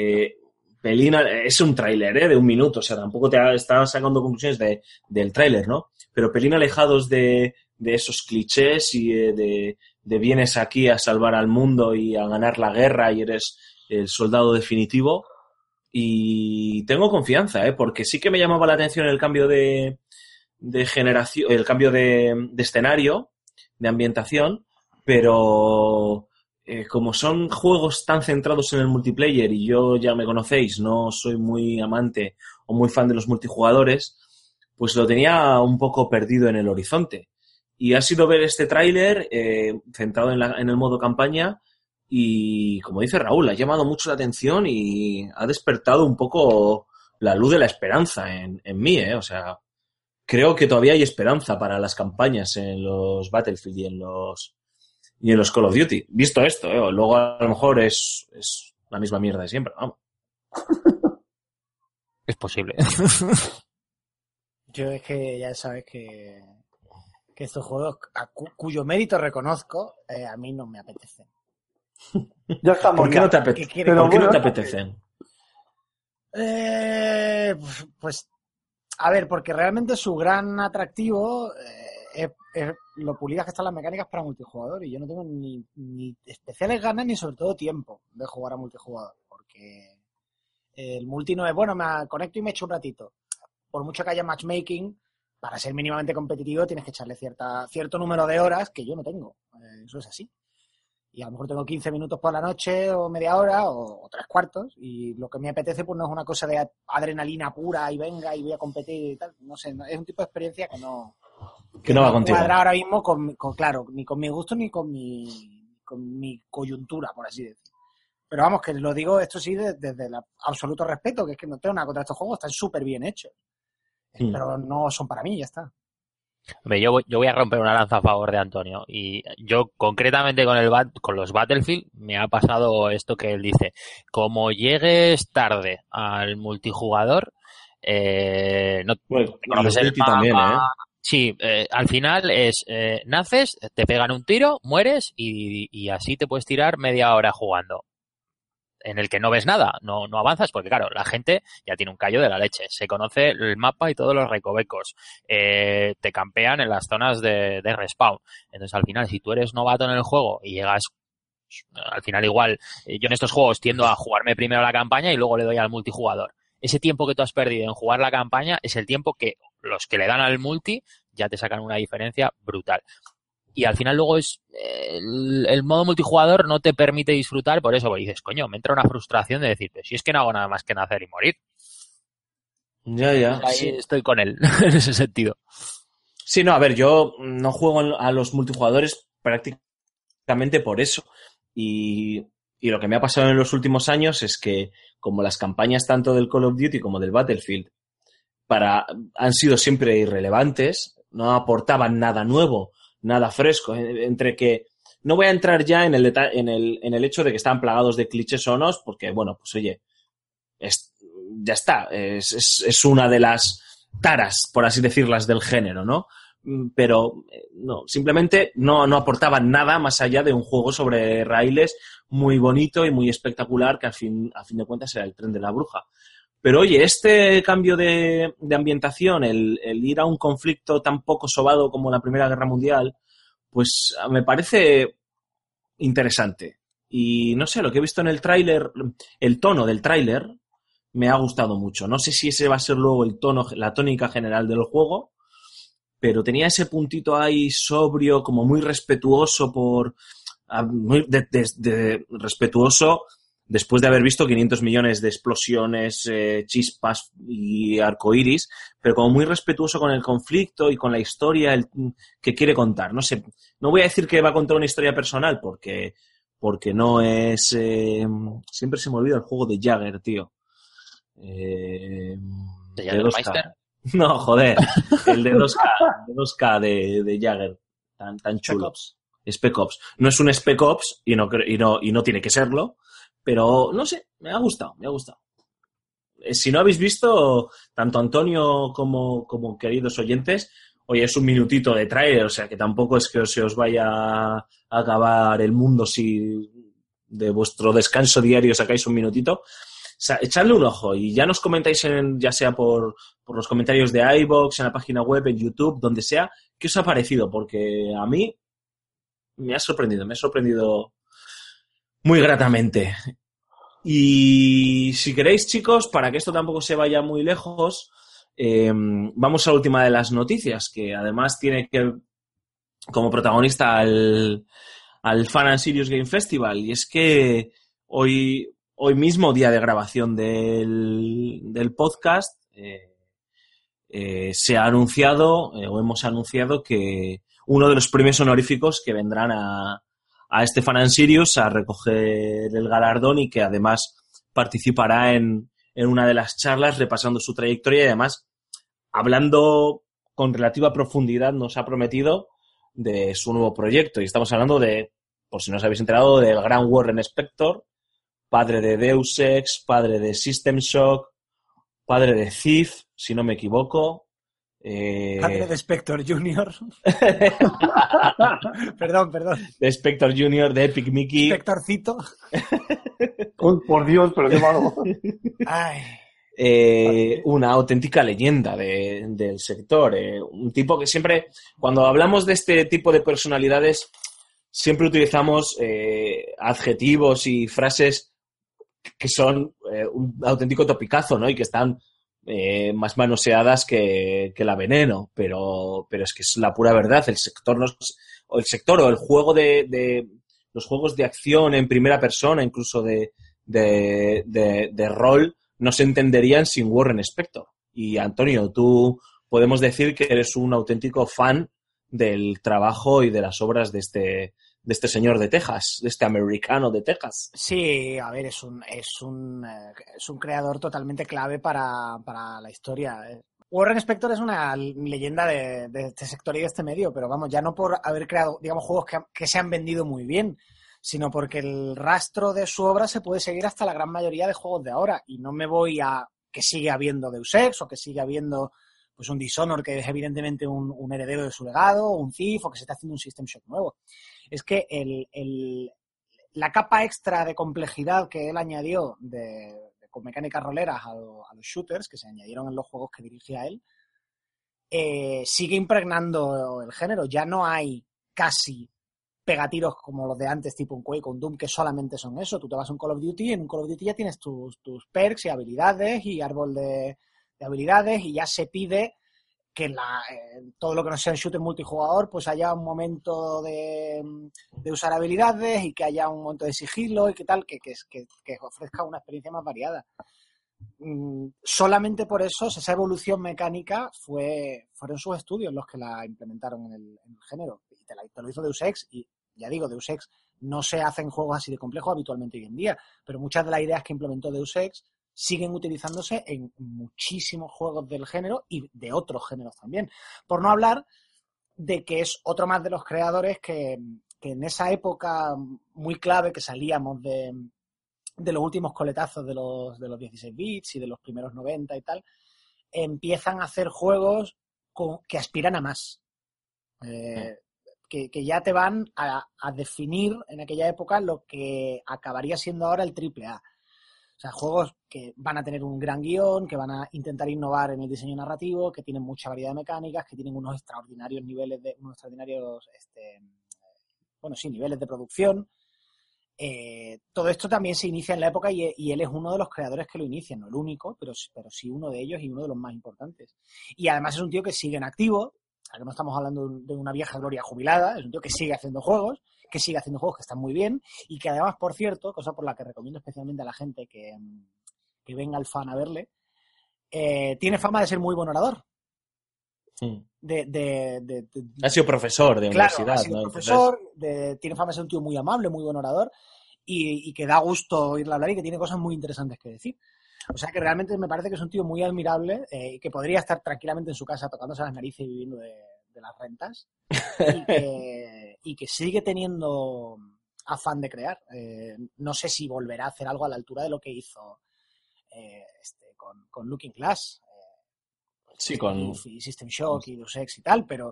es un tráiler de 1 minuto, o sea, tampoco te estás sacando conclusiones del tráiler, ¿no? Pero pelín alejados de esos clichés y de vienes aquí a salvar al mundo y a ganar la guerra y eres el soldado definitivo. Y tengo confianza, porque sí que me llamaba la atención el cambio de generación, el cambio de escenario, de ambientación, pero como son juegos tan centrados en el multiplayer y yo ya me conocéis, no soy muy amante o muy fan de los multijugadores, pues lo tenía un poco perdido en el horizonte. Y ha sido ver este tráiler centrado en el modo campaña y, como dice Raúl, ha llamado mucho la atención y ha despertado un poco la luz de la esperanza en mí, O sea, creo que todavía hay esperanza para las campañas en los Battlefield y en los Call of Duty. Visto esto, luego a lo mejor es la misma mierda de siempre, vamos. Es posible. Yo es que ya sabes que estos juegos, cuyo mérito reconozco, a mí no me apetecen. Ya estamos. ¿Por qué no te apetecen? ¿Por qué no te apetecen? Pues, a ver, porque realmente su gran atractivo es lo pulidas que están las mecánicas para multijugador, y yo no tengo ni especiales ganas ni sobre todo tiempo de jugar a multijugador, porque el multi no es bueno, me conecto y me echo un ratito. Por mucho que haya matchmaking, para ser mínimamente competitivo tienes que echarle cierto número de horas que yo no tengo. Eso es así. Y a lo mejor tengo 15 minutos por la noche o media hora o 3/4, y lo que me apetece pues no es una cosa de adrenalina pura y venga y voy a competir y tal. No sé, es un tipo de experiencia que no va contigo. Cuadra ahora mismo claro, ni con mi gusto ni con mi coyuntura, por así decir. Pero vamos, que lo digo esto sí desde el absoluto respeto, que es que no tengo nada contra estos juegos, están súper bien hechos. Pero no son para mí, ya está. Hombre, yo voy a romper una lanza a favor de Antonio, y yo concretamente con los Battlefield me ha pasado esto que él dice: como llegues tarde al multijugador, no conoces el mapa. También, Sí, al final naces, te pegan un tiro, mueres y así te puedes tirar media hora jugando, en el que no ves nada, no avanzas, porque claro, la gente ya tiene un callo de la leche, se conoce el mapa y todos los recovecos, te campean en las zonas de respawn. Entonces al final, si tú eres novato en el juego y llegas, al final igual, yo en estos juegos tiendo a jugarme primero la campaña y luego le doy al multijugador. Ese tiempo que tú has perdido en jugar la campaña es el tiempo que los que le dan al multi ya te sacan una diferencia brutal. Y al final luego es el modo multijugador no te permite disfrutar, por eso dices, coño, me entra una frustración de decir, si es que no hago nada más que nacer y morir. Ya. Ahí sí. Estoy con él, en ese sentido. Sí, no, a ver, yo no juego a los multijugadores prácticamente por eso. Y lo que me ha pasado en los últimos años es que, como las campañas tanto del Call of Duty como del Battlefield han sido siempre irrelevantes, no aportaban nada nuevo, nada fresco, entre que no voy a entrar ya en el hecho de que están plagados de clichés o no, porque bueno, pues oye, ya está, es una de las taras, por así decirlas, del género, ¿no? Pero no, simplemente no aportaban nada más allá de un juego sobre raíles muy bonito y muy espectacular, que a fin de cuentas era el tren de la bruja. Pero oye, este cambio de ambientación, el ir a un conflicto tan poco sobado como la Primera Guerra Mundial, pues me parece interesante. Y no sé, lo que he visto en el tráiler, el tono del tráiler, me ha gustado mucho. No sé si ese va a ser luego la tónica general del juego, pero tenía ese puntito ahí sobrio, como muy respetuoso respetuoso después de haber visto 500 millones de explosiones, chispas y arcoiris, pero como muy respetuoso con el conflicto y con la historia que quiere contar. No sé, no voy a decir que va a contar una historia personal, porque no es... siempre se me olvida el juego de Jagger, tío. ¿De Jaggermeister? No, joder, el de 2K de Jagger, tan chulo. Spec Ops. No es un Spec Ops y no tiene que serlo, pero no sé, me ha gustado. Si no habéis visto, tanto Antonio como queridos oyentes, oye, es un minutito de trailer, o sea que tampoco es que se os vaya a acabar el mundo si de vuestro descanso diario sacáis un minutito. O sea, echadle un ojo y ya nos comentáis, ya sea por los comentarios de iVoox, en la página web, en YouTube, donde sea, qué os ha parecido, porque a mí me ha sorprendido muy gratamente. Y si queréis, chicos, para que esto tampoco se vaya muy lejos, vamos a la última de las noticias, que además tiene que como protagonista al Fan and Serious Game Festival, y es que hoy mismo, día de grabación del podcast, se ha anunciado o hemos anunciado que uno de los premios honoríficos que vendrán a Stefan and Sirius a recoger el galardón y que además participará en una de las charlas repasando su trayectoria y además hablando con relativa profundidad, nos ha prometido, de su nuevo proyecto. Y estamos hablando de, por si no os habéis enterado, del gran Warren Spector, padre de Deus Ex, padre de System Shock, padre de Thief, si no me equivoco. Padre de Spector Junior. Perdón. De Spector Junior, de Epic Mickey. Spectorcito. Por Dios, pero qué malo. Ay. Una auténtica leyenda del sector. Un tipo que siempre, cuando hablamos de este tipo de personalidades, siempre utilizamos adjetivos y frases que son un auténtico topicazo, ¿no? Y que están más manoseadas que la veneno, pero es que es la pura verdad. El sector o el juego de los juegos de acción en primera persona, incluso de rol, no se entenderían sin Warren Spector. Y Antonio, tú podemos decir que eres un auténtico fan del trabajo y de las obras de este señor de Texas, de este americano de Texas. Sí, a ver, es un creador totalmente clave para la historia. Warren Spector es una leyenda de este sector y de este medio, pero vamos, ya no por haber creado, digamos, juegos que se han vendido muy bien, sino porque el rastro de su obra se puede seguir hasta la gran mayoría de juegos de ahora. Y no me voy a que siga habiendo Deus Ex o que siga habiendo pues un Dishonored, que es evidentemente un heredero de su legado, o un Thief, o que se está haciendo un System Shock nuevo. Es que la capa extra de complejidad que él añadió con mecánicas roleras a los shooters, que se añadieron en los juegos que dirigía él, sigue impregnando el género. Ya no hay casi pegatiros como los de antes, tipo un Quake o un Doom, que solamente son eso. Tú te vas a un Call of Duty y en un Call of Duty ya tienes tus perks y habilidades y árbol de habilidades, y ya se pide que todo lo que no sea un shooter multijugador pues haya un momento de usar habilidades y que haya un momento de sigilo y que tal, que ofrezca una experiencia más variada. Solamente por eso esa evolución mecánica fueron sus estudios los que la implementaron en el género, y te lo hizo Deus Ex. Y ya digo, Deus Ex no se hacen juegos así de complejos habitualmente hoy en día, pero muchas de las ideas que implementó Deus Ex siguen utilizándose en muchísimos juegos del género y de otros géneros también. Por no hablar de que es otro más de los creadores que en esa época muy clave que salíamos de los últimos coletazos de los 16 bits y de los primeros 90 y tal, empiezan a hacer juegos que aspiran a más. Que ya te van a definir en aquella época lo que acabaría siendo ahora el AAA. O sea, juegos que van a tener un gran guión, que van a intentar innovar en el diseño narrativo, que tienen mucha variedad de mecánicas, que tienen unos extraordinarios niveles de producción. Todo esto también se inicia en la época y él es uno de los creadores que lo inicia, no el único, pero sí uno de ellos y uno de los más importantes. Y además es un tío que sigue en activo, que no estamos hablando de una vieja gloria jubilada, es un tío que sigue haciendo juegos, que están muy bien, y que además, por cierto, cosa por la que recomiendo especialmente a la gente que venga al fan a verle, tiene fama de ser muy buen orador. Sí. Ha sido profesor de universidad. Ha sido profesor, tiene fama de ser un tío muy amable, muy buen orador, y que da gusto oírle hablar y que tiene cosas muy interesantes que decir. O sea que realmente me parece que es un tío muy admirable y que podría estar tranquilamente en su casa tocándose las narices y viviendo de las rentas y que sigue teniendo afán de crear. No sé si volverá a hacer algo a la altura de lo que hizo con Looking Glass. Sí, con System Shock y Deus Ex y tal, pero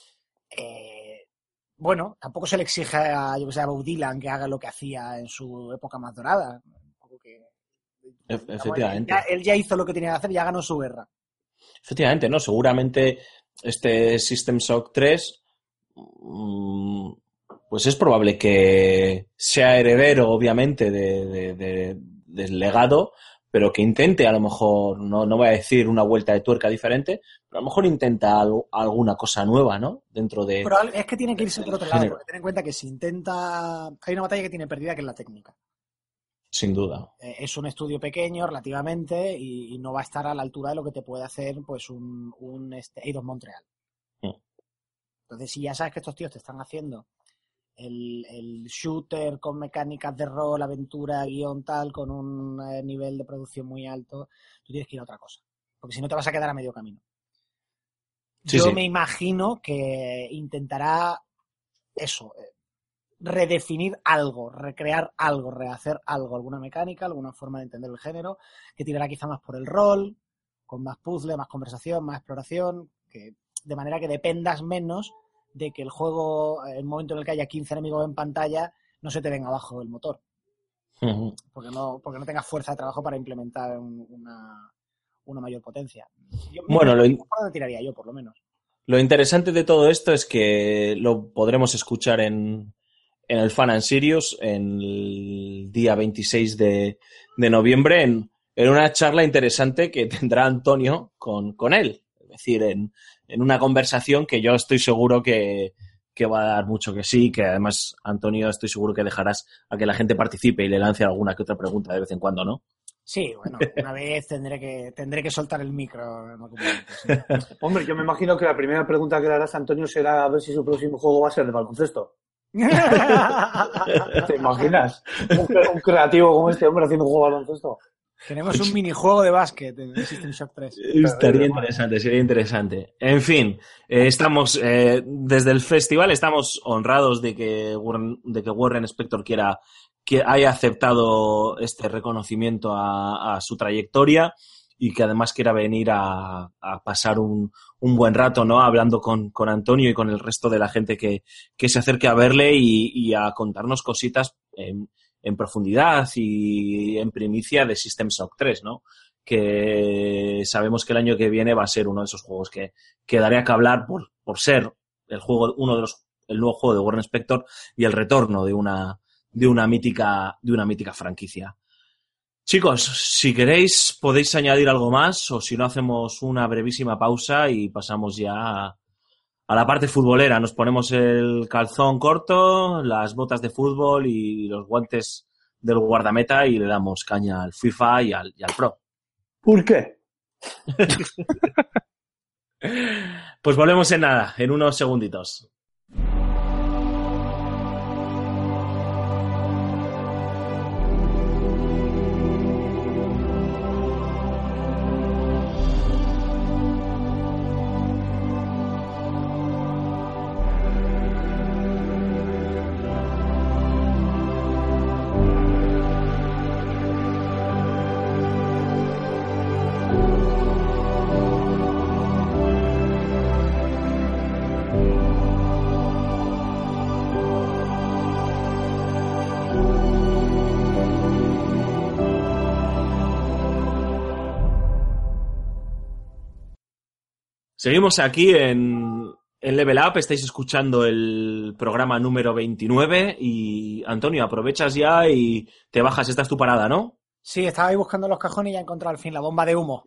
bueno, tampoco se le exige a Bob Dylan que haga lo que hacía en su época más dorada. Efectivamente. Él ya hizo lo que tenía que hacer, ya ganó su guerra. Efectivamente, ¿no? Seguramente este System Shock 3 pues es probable que sea heredero, obviamente, del legado, pero que intente, a lo mejor, no voy a decir una vuelta de tuerca diferente, pero a lo mejor intenta alguna cosa nueva, ¿no? Dentro de... Pero es que tiene que irse por otro lado, porque ten en cuenta que si intenta... Hay una batalla que tiene perdida, que es la técnica. Sin duda. Es un estudio pequeño relativamente y no va a estar a la altura de lo que te puede hacer pues un Eidos Montreal. Entonces, si ya sabes que estos tíos te están haciendo el shooter con mecánicas de rol, aventura, guión tal, con un nivel de producción muy alto, tú tienes que ir a otra cosa. Porque si no te vas a quedar a medio camino. Yo me imagino que intentará eso, redefinir algo, recrear algo, rehacer algo, alguna mecánica, alguna forma de entender el género, que tirará quizá más por el rol, con más puzzle, más conversación, más exploración, que de manera que dependas menos de que el juego, en el momento en el que haya 15 enemigos en pantalla, no se te venga abajo el motor. Uh-huh. Porque no tengas fuerza de trabajo para implementar una mayor potencia. Por donde tiraría yo, por lo menos. Lo interesante de todo esto es que lo podremos escuchar en el Fun and Serious en el día 26 de noviembre en una charla interesante que tendrá Antonio con él. Es decir, en una conversación que yo estoy seguro que va a dar mucho que sí, que además, Antonio, estoy seguro que dejarás a que la gente participe y le lance alguna que otra pregunta de vez en cuando, ¿no? Sí, bueno, una vez tendré que soltar el micro. ¿Sí? Hombre, yo me imagino que la primera pregunta que le harás a Antonio será a ver si su próximo juego va a ser de baloncesto. ¿Te imaginas? Un creativo como este hombre haciendo un juego de baloncesto. Tenemos un minijuego de básquet en System Shock 3. Sería interesante. En fin, estamos desde el festival estamos honrados de que Warren Spector que haya aceptado este reconocimiento a su trayectoria y que además quiera venir a pasar un buen rato, ¿no? Hablando con Antonio y con el resto de la gente que se acerque a verle y a contarnos cositas en profundidad y en primicia de System Shock 3, ¿no? Que sabemos que el año que viene va a ser uno de esos juegos que daría que hablar por ser el nuevo juego de Warren Spector y el retorno de una mítica franquicia. Chicos, si queréis podéis añadir algo más o si no hacemos una brevísima pausa y pasamos ya a la parte futbolera. Nos ponemos el calzón corto, las botas de fútbol y los guantes del guardameta y le damos caña al FIFA y al Pro. ¿Por qué? Pues volvemos en nada, en unos segunditos. Seguimos aquí en Level Up, estáis escuchando el programa número 29 y, Antonio, aprovechas ya y te bajas, esta es tu parada, ¿no? Sí, estaba ahí buscando los cajones y ya he encontrado al fin la bomba de humo.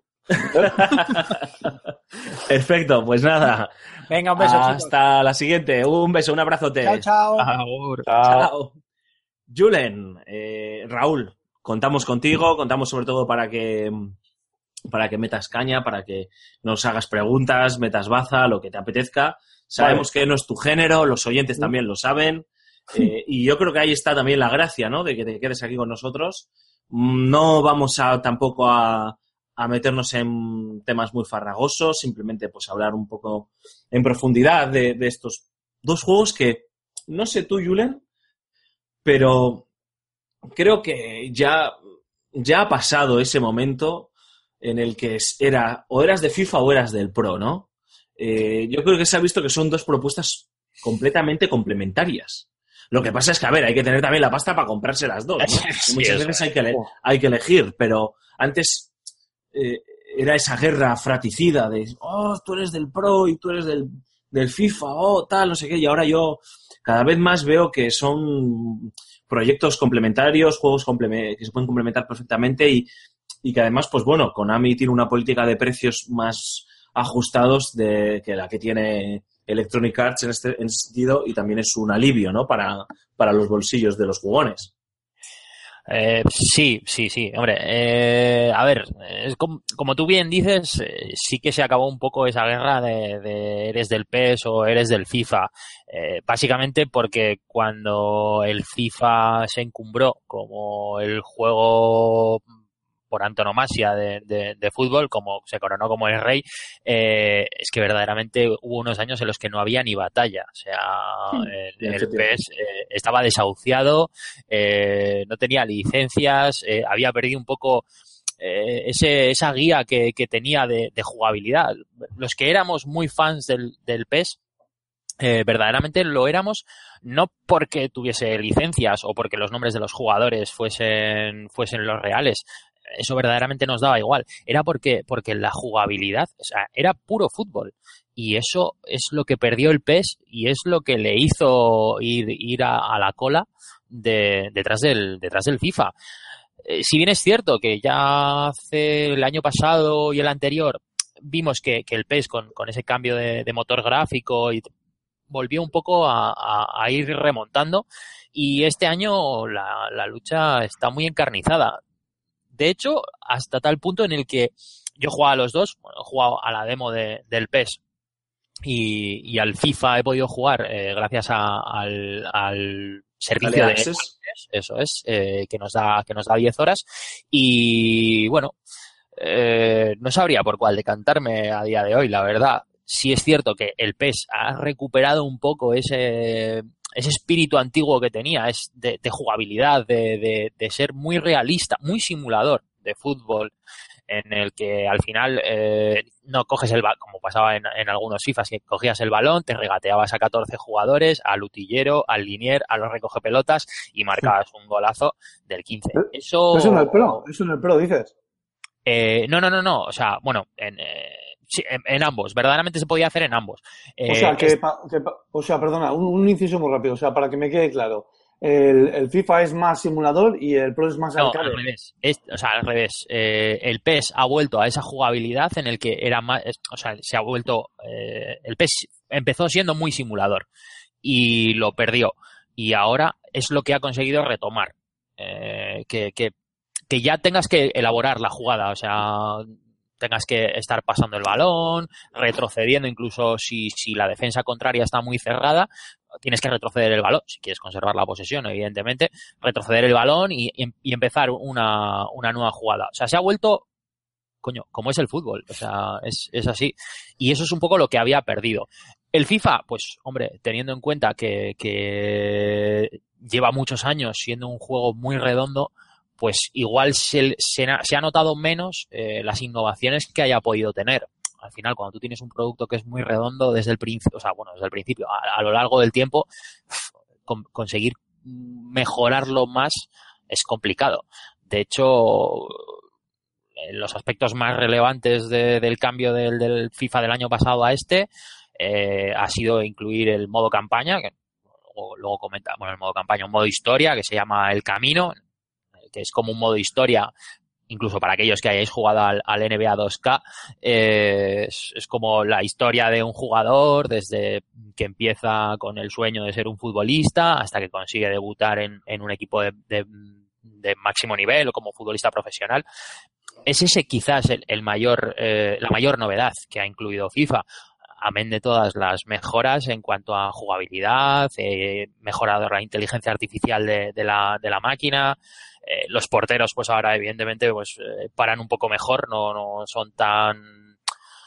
Perfecto, pues nada. Venga, un beso, hasta chicos. La siguiente, un beso, un abrazote. Chao. Chao. Julen, Raúl, contamos contigo, contamos sobre todo para que metas caña, para que nos hagas preguntas, metas baza, lo que te apetezca. Sabemos que no es tu género, los oyentes también lo saben. Y yo creo que ahí está también la gracia, ¿no? De que te quedes aquí con nosotros. No vamos tampoco a meternos en temas muy farragosos, simplemente pues hablar un poco en profundidad de estos dos juegos que, no sé tú, Julen, pero creo que ya ha pasado ese momento en el que o eras de FIFA o eras del Pro, ¿no? Yo creo que se ha visto que son dos propuestas completamente complementarias. Lo que pasa es que, a ver, hay que tener también la pasta para comprarse las dos, ¿no? Sí, muchas veces hay que elegir, pero antes era esa guerra fratricida de, tú eres del Pro y tú eres del FIFA, tal, no sé qué, y ahora yo cada vez más veo que son proyectos complementarios, juegos que se pueden complementar perfectamente y que además, pues bueno, Konami tiene una política de precios más ajustados que la que tiene Electronic Arts en ese sentido y también es un alivio, ¿no? Para los bolsillos de los jugones. Sí, hombre, a ver, es como tú bien dices, sí que se acabó un poco esa guerra de eres del PES o eres del FIFA, básicamente porque cuando el FIFA se encumbró como el juego por antonomasia de fútbol, como se coronó como el rey, es que verdaderamente hubo unos años en los que no había ni batalla. O sea, el PES estaba desahuciado, no tenía licencias, había perdido un poco esa guía que tenía de jugabilidad. Los que éramos muy fans del PES, verdaderamente lo éramos no porque tuviese licencias o porque los nombres de los jugadores fuesen los reales. Eso verdaderamente nos daba igual. Era porque la jugabilidad, o sea, era puro fútbol. Y eso es lo que perdió el PES y es lo que le hizo ir a la cola detrás del FIFA. Si bien es cierto que ya hace el año pasado y el anterior vimos que el PES con ese cambio de motor gráfico y volvió un poco a ir remontando, y este año la lucha está muy encarnizada. De hecho, hasta tal punto en el que yo jugaba a los dos, he jugado a la demo del PES y al FIFA he podido jugar gracias al servicio de eso es, que nos da 10 horas, y bueno, no sabría por cuál decantarme a día de hoy, la verdad. Sí es cierto que el PES ha recuperado un poco ese espíritu antiguo que tenía, es de jugabilidad, de ser muy realista, muy simulador de fútbol, en el que al final no coges el balón, como pasaba en algunos FIFAs, que cogías el balón, te regateabas a 14 jugadores, al utillero, al linier, a los recogepelotas y marcabas un golazo del 15. Eso en el Pro, dices. No, o sea, bueno, sí, en ambos, verdaderamente se podía hacer en ambos. O sea, perdona, un inciso muy rápido, o sea, para que me quede claro. El FIFA es más simulador y el Pro es más arcade. Al revés. Al revés. El PES ha vuelto a esa jugabilidad en el que era más, o sea, se ha vuelto, el PES empezó siendo muy simulador y lo perdió, y ahora es lo que ha conseguido retomar, que ya tengas que elaborar la jugada, o sea, tengas que estar pasando el balón, retrocediendo, incluso si la defensa contraria está muy cerrada, tienes que retroceder el balón, si quieres conservar la posesión, evidentemente, retroceder el balón y empezar una nueva jugada. O sea, se ha vuelto, como es el fútbol, o sea, es así. Y eso es un poco lo que había perdido. El FIFA, pues, hombre, teniendo en cuenta que lleva muchos años siendo un juego muy redondo, pues igual se ha notado menos las innovaciones que haya podido tener. Al final, cuando tú tienes un producto que es muy redondo desde el principio, a lo largo del tiempo, conseguir mejorarlo más es complicado. De hecho, los aspectos más relevantes del cambio del FIFA del año pasado a ha sido incluir el modo campaña, que luego comenta, el modo campaña, un modo historia que se llama El Camino, que es como un modo historia, incluso para aquellos que hayáis jugado al NBA 2K, es como la historia de un jugador desde que empieza con el sueño de ser un futbolista hasta que consigue debutar en un equipo de máximo nivel o como futbolista profesional. Es ese quizás la mayor novedad que ha incluido FIFA, amén de todas las mejoras en cuanto a jugabilidad, mejorado la inteligencia artificial de la máquina. Los porteros, pues ahora evidentemente pues paran un poco mejor, no son tan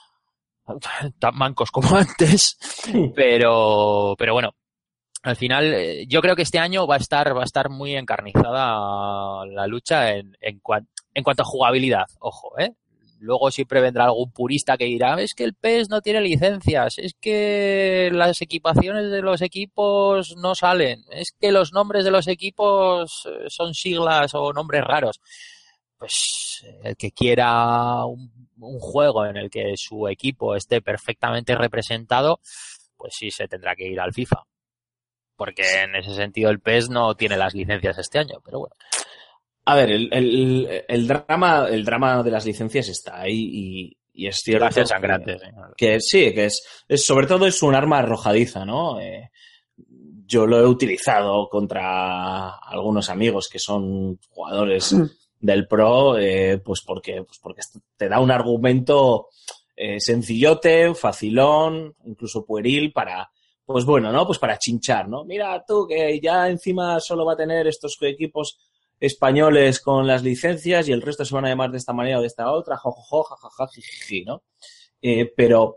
mancos como antes, pero bueno, al final yo creo que este año va a estar muy encarnizada la lucha en cuanto a jugabilidad, ojo, Luego siempre vendrá algún purista que dirá, es que el PES no tiene licencias, es que las equipaciones de los equipos no salen, es que los nombres de los equipos son siglas o nombres raros. Pues el que quiera un juego en el que su equipo esté perfectamente representado, pues sí se tendrá que ir al FIFA. Porque en ese sentido el PES no tiene las licencias este año, pero bueno. A ver, el drama de las licencias está ahí y es cierto va a ser sangrante, que sí, que es sobre todo es un arma arrojadiza, ¿no? yo lo he utilizado contra algunos amigos que son jugadores del Pro, pues porque te da un argumento sencillote, facilón, incluso pueril para, pues bueno, ¿no? Pues para chinchar, ¿no? Mira tú que ya encima solo va a tener estos equipos españoles con las licencias y el resto se van a llamar de esta manera o de esta otra, jojojo, jajaja, jijiji, ¿no? Pero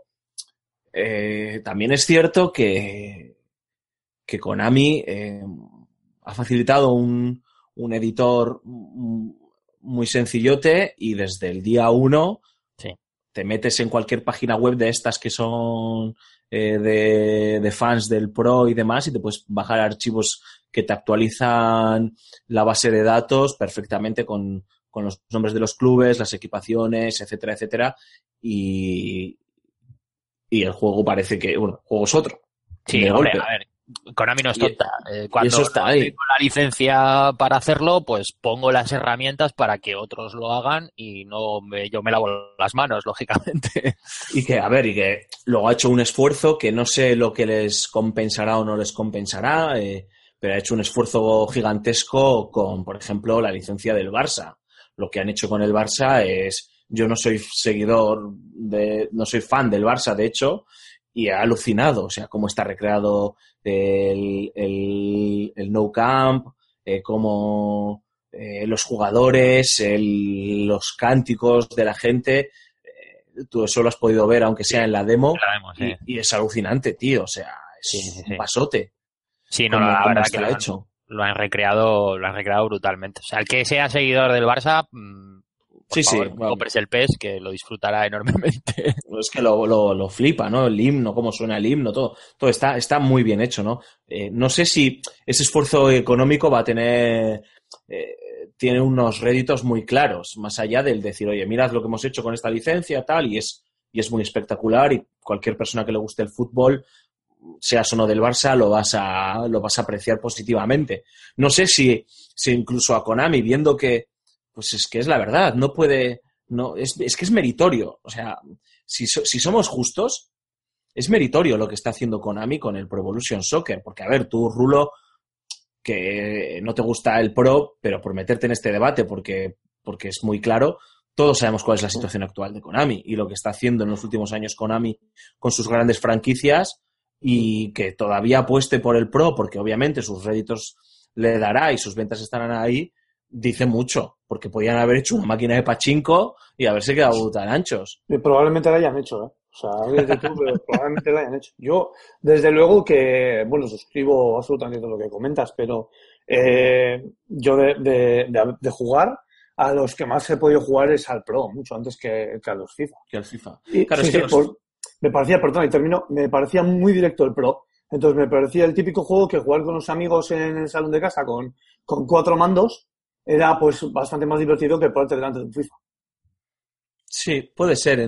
también es cierto que Konami ha facilitado un editor muy sencillote y desde el día 1 te metes en cualquier página web de estas que son de fans del Pro y demás y te puedes bajar archivos que te actualizan la base de datos perfectamente con los nombres de los clubes, las equipaciones, etcétera, etcétera. Y el juego parece que, bueno, el juego es otro. Sí, hombre, a ver, Konami no es tonta. Cuando eso está ahí. tengo la licencia para hacerlo, pues pongo las herramientas para que otros lo hagan y no yo me lavo las manos, lógicamente. Y que luego ha hecho un esfuerzo que no sé lo que les compensará o no les compensará, pero ha hecho un esfuerzo gigantesco con, por ejemplo, la licencia del Barça. Lo que han hecho con el Barça es... Yo no soy no soy fan del Barça, de hecho, y he alucinado, o sea, cómo está recreado el Nou Camp, cómo los jugadores, los cánticos de la gente, tú eso lo has podido ver, aunque sea en la demo, Sí. y es alucinante, tío, o sea, es un pasote. Sí, no, la verdad que hecho. Lo han recreado brutalmente. O sea, el que sea seguidor del Barça... Por favor, compres el PES, que lo disfrutará enormemente. Es que lo flipa, ¿no? El himno, cómo suena el himno, todo está muy bien hecho, ¿no? No sé si ese esfuerzo económico va a tener... tiene unos réditos muy claros, más allá del decir, oye, mirad lo que hemos hecho con esta licencia, tal, y es muy espectacular, y cualquier persona que le guste el fútbol, seas o no del Barça, lo vas a apreciar positivamente. No sé si incluso a Konami, viendo que pues es que es la verdad, no puede... no es que es meritorio. O sea, si somos justos, es meritorio lo que está haciendo Konami con el Pro Evolution Soccer. Porque, a ver, tú, Rulo, que no te gusta el Pro, pero por meterte en este debate, porque es muy claro, todos sabemos cuál es la situación actual de Konami y lo que está haciendo en los últimos años Konami con sus grandes franquicias y que todavía apueste por el Pro, porque obviamente sus réditos le dará y sus ventas estarán ahí, dice mucho, porque podían haber hecho una máquina de pachinko y haberse quedado tan anchos. Y probablemente la hayan hecho, ¿eh? O sea, pero probablemente la hayan hecho. Yo, desde luego que, bueno, suscribo absolutamente todo lo que comentas, pero yo de jugar, a los que más he podido jugar es al Pro, mucho antes que a los FIFA. Que al FIFA. Y, claro, sí, me parecía muy directo el Pro. Entonces me parecía el típico juego que jugar con los amigos en el salón de casa con 4 mandos era pues bastante más divertido que ponerte delante de un FIFA. Sí, puede ser.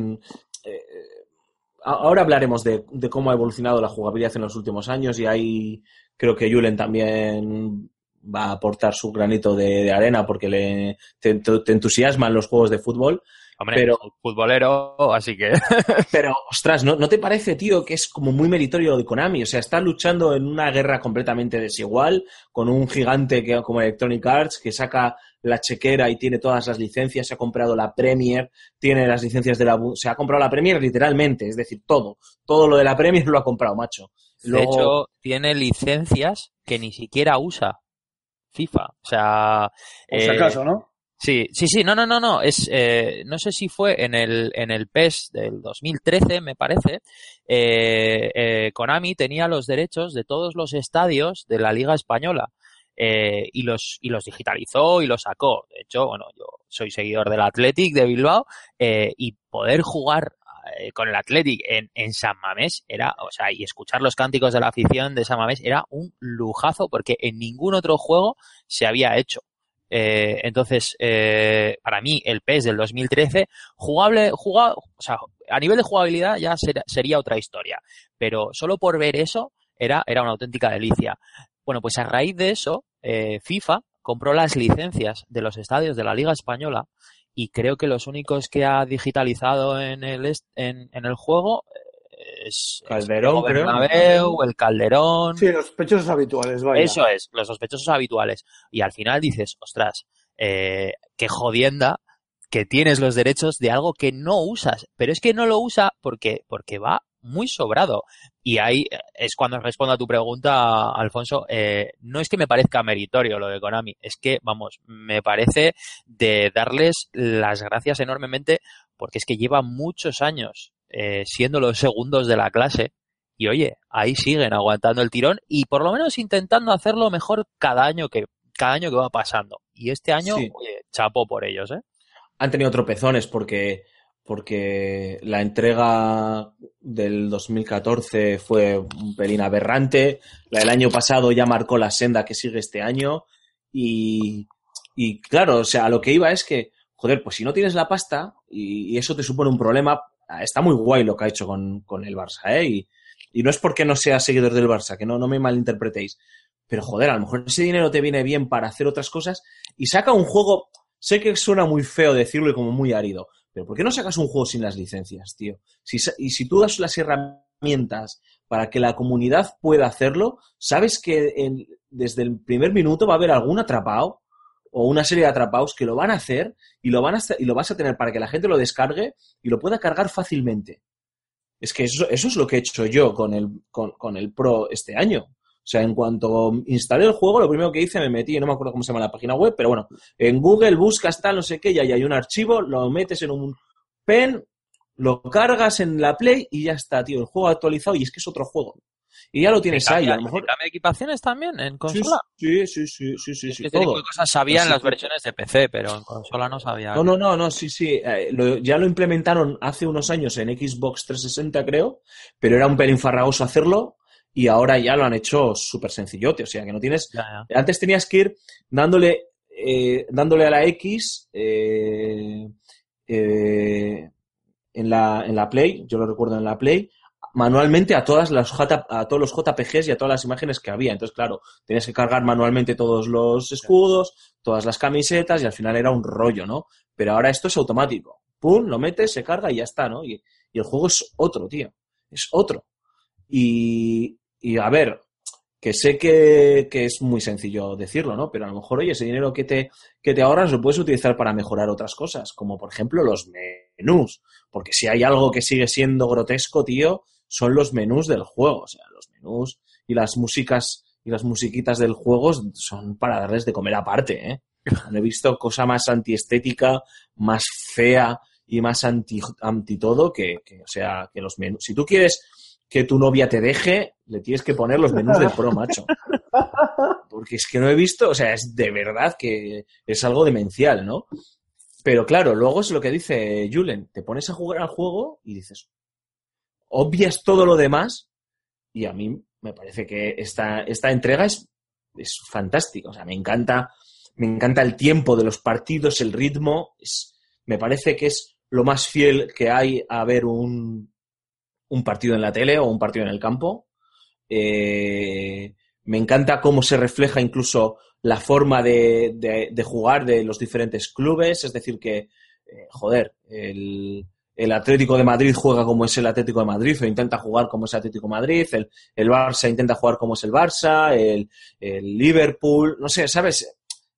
Ahora hablaremos de cómo ha evolucionado la jugabilidad en los últimos años y ahí creo que Julen también va a aportar su granito de arena porque te entusiasman los juegos de fútbol. Hombre, pero futbolero, así que... Pero, ostras, ¿no te parece, tío, que es como muy meritorio lo de Konami? O sea, está luchando en una guerra completamente desigual con un gigante como Electronic Arts que saca la chequera y tiene todas las licencias, se ha comprado la Premier, tiene las licencias se ha comprado la Premier literalmente, es decir, todo lo de la Premier lo ha comprado, macho. Luego... De hecho, tiene licencias que ni siquiera usa FIFA, o sea... Por si acaso, ¿no? Sí, no, es, no sé si fue en el PES del 2013, me parece, Konami tenía los derechos de todos los estadios de la Liga Española, y los digitalizó y los sacó. De hecho, bueno, yo soy seguidor del Athletic de Bilbao, y poder jugar con el Athletic en San Mamés era, o sea, y escuchar los cánticos de la afición de San Mamés era un lujazo porque en ningún otro juego se había hecho. Entonces, para mí, el PES del 2013, o sea, a nivel de jugabilidad ya sería otra historia, pero solo por ver eso era una auténtica delicia. Bueno, pues a raíz de eso, FIFA compró las licencias de los estadios de la Liga Española y creo que los únicos que ha digitalizado en el juego Calderón, creo. Bernabéu, el Calderón. Sí, los sospechosos habituales, vaya. Eso es, los sospechosos habituales. Y al final dices, ostras, qué jodienda que tienes los derechos de algo que no usas. Pero es que no lo usa porque va muy sobrado. Y ahí es cuando respondo a tu pregunta, Alfonso. No es que me parezca meritorio lo de Konami, es que, vamos, me parece de darles las gracias enormemente porque es que lleva muchos años siendo los segundos de la clase y, oye, ahí siguen aguantando el tirón y por lo menos intentando hacerlo mejor cada año que va pasando. Y este año, Sí. oye, chapó por ellos, ¿eh? Han tenido tropezones porque la entrega del 2014 fue un pelín aberrante, la del año pasado ya marcó la senda que sigue este año y claro, o sea, a lo que iba es que, joder, pues si no tienes la pasta y eso te supone un problema, está muy guay lo que ha hecho con el Barça, ¿eh? Y no es porque no seas seguidor del Barça, que no me malinterpretéis, pero joder, a lo mejor ese dinero te viene bien para hacer otras cosas y saca un juego, sé que suena muy feo decirlo y como muy árido, pero ¿por qué no sacas un juego sin las licencias, tío? Si tú das las herramientas para que la comunidad pueda hacerlo, sabes que desde el primer minuto va a haber algún atrapado o una serie de atrapados que lo van a hacer y lo vas a tener para que la gente lo descargue y lo pueda cargar fácilmente. Es que eso es lo que he hecho yo con el Pro este año. O sea, en cuanto instalé el juego, lo primero que hice, me metí, no me acuerdo cómo se llama la página web, pero bueno, en Google buscas tal, no sé qué, y ahí hay un archivo, lo metes en un pen, lo cargas en la Play y ya está, tío, el juego actualizado y es que es otro juego. Y ya lo tienes ahí, a lo mejor. ¿Cambia equipaciones también en consola? Sí, Este tipo de cosas sabía en las versiones de PC, pero en consola no sabía. No, sí. Ya lo implementaron hace unos años en Xbox 360, creo, pero era un pelín farragoso hacerlo y ahora ya lo han hecho súper sencillote. O sea, que no tienes... Ya. Antes tenías que ir dándole a la X en la Play, yo lo recuerdo en la Play, manualmente a todos los JPGs y a todas las imágenes que había. Entonces, claro, tenías que cargar manualmente todos los escudos, todas las camisetas y al final era un rollo, ¿no? Pero ahora esto es automático. Pum, lo metes, se carga y ya está, ¿no? Y el juego es otro, tío. Es otro. Y a ver, que sé que es muy sencillo decirlo, ¿no? Pero a lo mejor, oye, ese dinero que te ahorras lo puedes utilizar para mejorar otras cosas, como por ejemplo los menús. Porque si hay algo que sigue siendo grotesco, tío, son los menús del juego. O sea, los menús y las músicas y las musiquitas del juego son para darles de comer aparte, ¿eh? No he visto cosa más antiestética, más fea y más anti todo que los menús. Si tú quieres que tu novia te deje, le tienes que poner los menús del Pro, macho. Porque es que no he visto, o sea, es de verdad que es algo demencial, ¿no? Pero claro, luego es lo que dice Julen, te pones a jugar al juego y dices, obvias todo lo demás y a mí me parece que esta entrega es fantástica. O sea, me encanta el tiempo de los partidos, el ritmo, me parece que es lo más fiel que hay a ver un partido en la tele o un partido en el campo. Me encanta cómo se refleja incluso la forma de jugar de los diferentes clubes, es decir que, el Atlético de Madrid juega como es el Atlético de Madrid o intenta jugar como es el Atlético de Madrid, el Barça intenta jugar como es el Barça, el Liverpool, no sé, ¿sabes?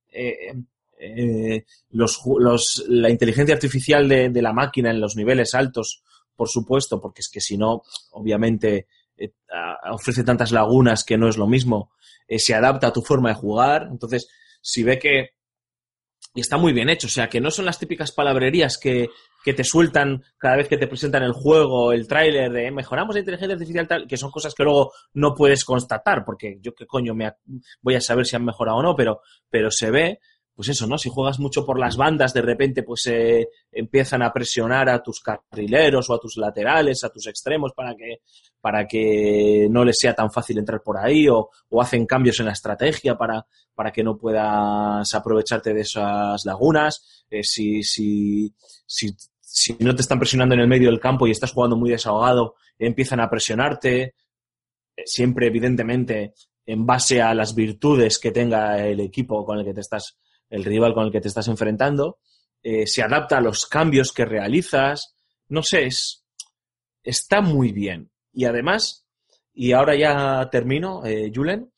La inteligencia artificial de la máquina en los niveles altos, por supuesto, porque es que si no, obviamente ofrece tantas lagunas que no es lo mismo, se adapta a tu forma de jugar, entonces si ve que está muy bien hecho, o sea, que no son las típicas palabrerías que te sueltan cada vez que te presentan el juego, el tráiler de mejoramos la inteligencia artificial, tal, que son cosas que luego no puedes constatar, porque yo qué coño voy a saber si han mejorado o no, pero se ve, pues eso, ¿no? Si juegas mucho por las bandas, de repente pues empiezan a presionar a tus carrileros o a tus laterales, a tus extremos para que no les sea tan fácil entrar por ahí o hacen cambios en la estrategia para que no puedas aprovecharte de esas lagunas. Si no te están presionando en el medio del campo y estás jugando muy desahogado, empiezan a presionarte, siempre evidentemente en base a las virtudes que tenga el equipo con el que el rival con el que te estás enfrentando, se adapta a los cambios que realizas, no sé, está muy bien. Y además, y ahora ya termino, Julen,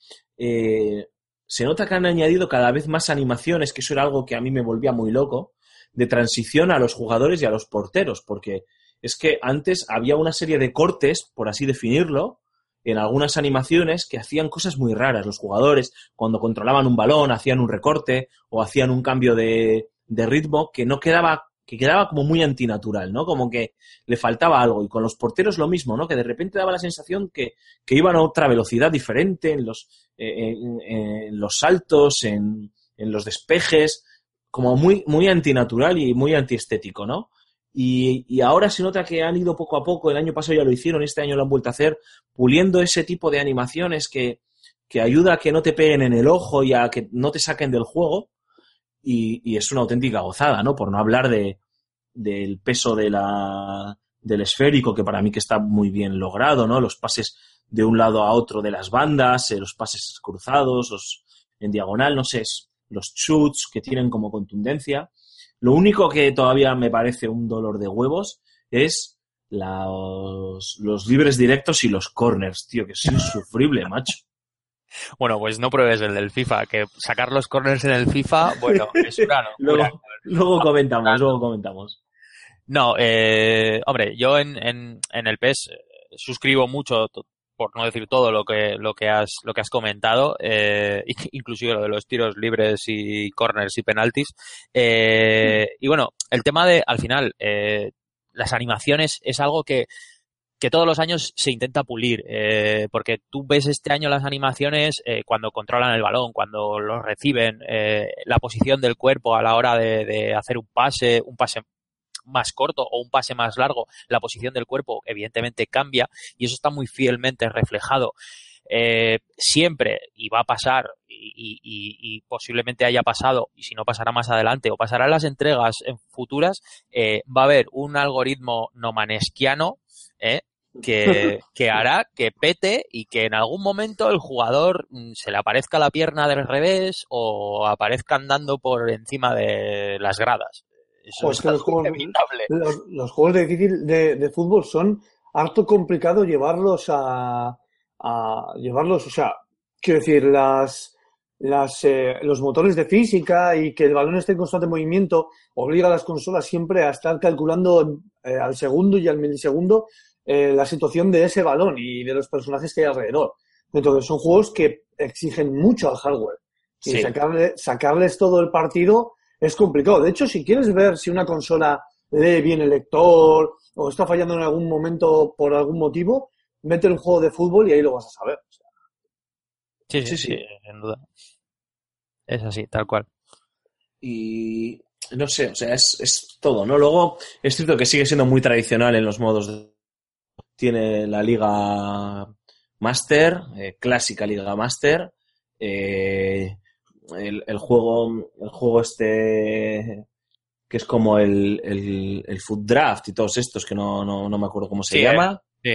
se nota que han añadido cada vez más animaciones, que eso era algo que a mí me volvía muy loco, de transición a los jugadores y a los porteros, porque es que antes había una serie de cortes, por así definirlo, en algunas animaciones que hacían cosas muy raras. Los jugadores, cuando controlaban un balón, hacían un recorte o hacían un cambio de ritmo que quedaba como muy antinatural, ¿no? Como que le faltaba algo. Y con los porteros lo mismo, ¿no? Que de repente daba la sensación que iban a otra velocidad diferente en los saltos, en los despejes, como muy, muy antinatural y muy antiestético, ¿no? Y ahora se nota que han ido poco a poco, el año pasado ya lo hicieron, este año lo han vuelto a hacer, puliendo ese tipo de animaciones que ayuda a que no te peguen en el ojo y a que no te saquen del juego, y es una auténtica gozada, ¿no? Por no hablar del peso del esférico, que para mí que está muy bien logrado, ¿no? Los pases de un lado a otro de las bandas, los pases cruzados, en diagonal, no sé, los shoots que tienen como contundencia. Lo único que todavía me parece un dolor de huevos es los libres directos y los corners, tío, que es insufrible, macho. Bueno, pues no pruebes el del FIFA, que sacar los corners en el FIFA, bueno, es una locura. luego comentamos. No, hombre, yo en el PES suscribo mucho, por no decir todo lo que has comentado, inclusive lo de los tiros libres y corners y penaltis. Y bueno, el tema de, al final, las animaciones es algo que todos los años se intenta pulir, porque tú ves este año las animaciones cuando controlan el balón, cuando los reciben, la posición del cuerpo a la hora de hacer un pase más corto o un pase más largo, la posición del cuerpo evidentemente cambia y eso está muy fielmente reflejado. Siempre, y va a pasar, y posiblemente haya pasado, y si no pasará más adelante o pasará en las entregas en futuras, va a haber un algoritmo no manesquiano que hará que pete y que en algún momento el jugador se le aparezca la pierna del revés o aparezca andando por encima de las gradas. Eso es inevitable. Los juegos de fútbol son harto complicado llevarlos a llevarlos, o sea, quiero decir, los motores de física y que el balón esté en constante movimiento obliga a las consolas siempre a estar calculando al segundo y al milisegundo la situación de ese balón y de los personajes que hay alrededor. Entonces son juegos que exigen mucho al hardware y sí. sacarles todo el partido es complicado. De hecho, si quieres ver si una consola lee bien el lector o está fallando en algún momento por algún motivo, mete un juego de fútbol y ahí lo vas a saber. O sea. Sí, sin duda. Es así, tal cual. Y no sé, o sea, es todo, ¿no? Luego es cierto que sigue siendo muy tradicional en los modos. Tiene la Liga Master, clásica Liga Master, el juego este que es como el Foot Draft y todos estos que no me acuerdo cómo se llama. Sí,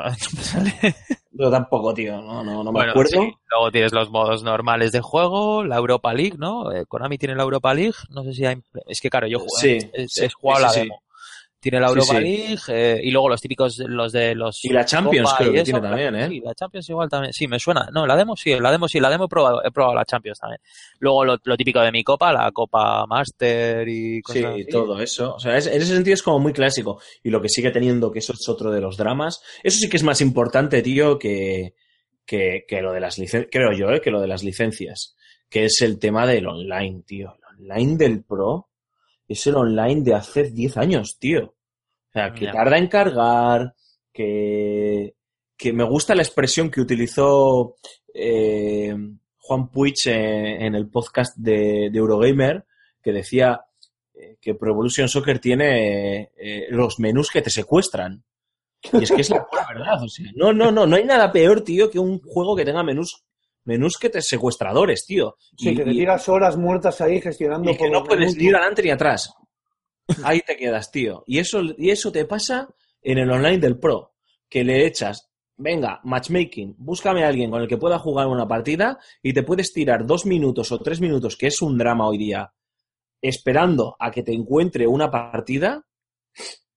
Yo tampoco, tío, no me acuerdo. Sí. Luego tienes los modos normales de juego, la Europa League, ¿no? Konami tiene la Europa League, no sé si hay... Es que claro, yo he jugado la demo. Tiene la Europa League y luego los típicos, los de los... Y la Champions creo que tiene también, ¿eh? Sí, la Champions igual también. Sí, me suena. No, la demo he probado la Champions también. Luego lo típico de mi copa, la Copa Master y cosas así. Sí, todo eso. O sea, en ese sentido es como muy clásico. Y lo que sigue teniendo, que eso es otro de los dramas, eso sí que es más importante, tío, que lo de las licencias, creo yo, que lo de las licencias, que es el tema del online, tío. El online del Pro es el online de hace 10 años, tío. O sea, que tarda en cargar, que me gusta la expresión que utilizó Juan Puig en el podcast de Eurogamer, que decía que Pro Evolution Soccer tiene los menús que te secuestran. Y es que es la pura verdad. O sea, no hay nada peor, tío, que un juego que tenga menús que te secuestradores, tío. Sí, que te tiras horas muertas ahí gestionando. Y que no puedes ni ir adelante ni atrás. Ahí te quedas, tío. Y eso te pasa en el online del Pro. Que le echas, venga, matchmaking, búscame a alguien con el que pueda jugar una partida y te puedes tirar 2 minutos o 3 minutos, que es un drama hoy día, esperando a que te encuentre una partida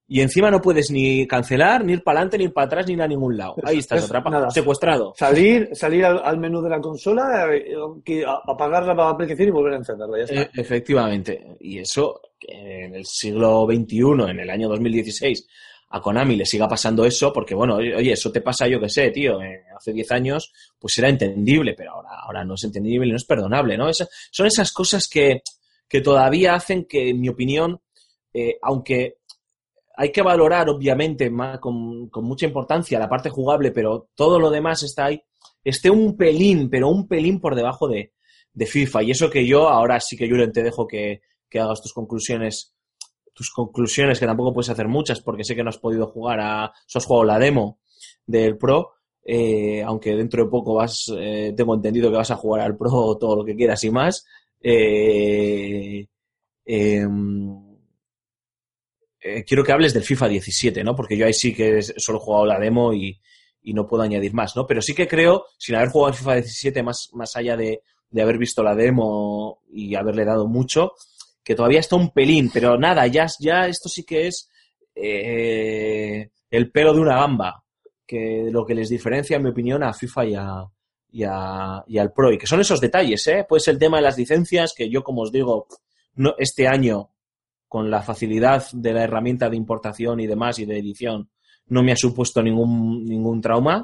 y encima no puedes ni cancelar, ni ir para adelante, ni ir para atrás, ni ir a ningún lado. Ahí estás, atrapado, secuestrado. Salir al menú de la consola, apagar la aplicación y volver a encenderla. Ya está. Efectivamente. Y eso, que en el siglo XXI, en el año 2016, a Konami le siga pasando eso, porque bueno, oye, eso te pasa, yo qué sé, tío, hace 10 años, pues era entendible, pero ahora no es entendible y no es perdonable, ¿no? Son esas cosas que todavía hacen que, en mi opinión, aunque hay que valorar, obviamente, con mucha importancia la parte jugable, pero todo lo demás está ahí, esté un pelín, pero un pelín por debajo de FIFA. Y eso que yo, ahora sí que, Julen, te dejo que hagas tus conclusiones, que tampoco puedes hacer muchas, porque sé que no has podido jugar has jugado la demo del Pro, aunque dentro de poco tengo entendido que vas a jugar al Pro todo lo que quieras y más. Quiero que hables del FIFA 17, ¿no? Porque yo ahí sí que solo he jugado la demo y no puedo añadir más, ¿no? Pero sí que creo, sin haber jugado al FIFA 17, más allá de haber visto la demo y haberle dado mucho, que todavía está un pelín, pero nada, ya esto sí que es el pelo de una gamba, que lo que les diferencia, en mi opinión, a FIFA y al Pro, y que son esos detalles, ¿eh? Pues el tema de las licencias, que yo, como os digo, no, este año, con la facilidad de la herramienta de importación y demás y de edición, no me ha supuesto ningún trauma.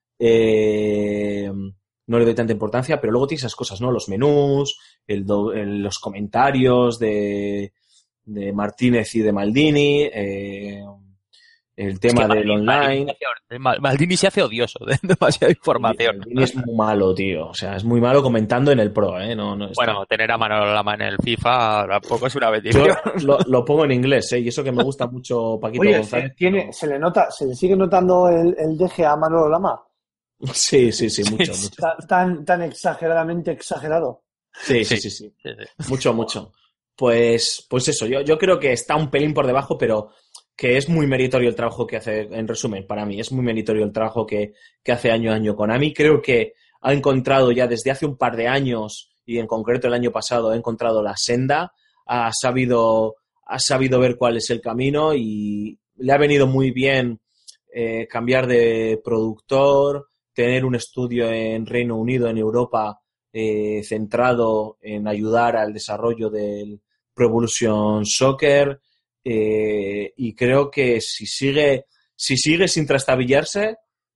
No le doy tanta importancia, pero luego tiene esas cosas, ¿no? Los menús, los comentarios de Martínez y de Maldini, el tema del online. Maldini se hace odioso, de demasiada información. Maldini es muy malo, tío. O sea, es muy malo comentando en el Pro, ¿eh? No bueno, tener a Manolo Lama en el FIFA tampoco es una bendición. Yo lo pongo en inglés, ¿eh? Y eso que me gusta mucho Paquito González. Se le sigue notando el deje a Manolo Lama. Sí, mucho. Tan exageradamente exagerado. Sí. Mucho. Pues eso, yo creo que está un pelín por debajo, pero que es muy meritorio el trabajo que hace, en resumen, para mí, es muy meritorio el trabajo que hace año a año Konami. Creo que ha encontrado ya desde hace un par de años, y en concreto el año pasado, ha encontrado la senda, ha sabido ver cuál es el camino y le ha venido muy bien cambiar de productor, tener un estudio en Reino Unido, en Europa, centrado en ayudar al desarrollo del Pro Evolution Soccer, y creo que si sigue sin trastabillarse,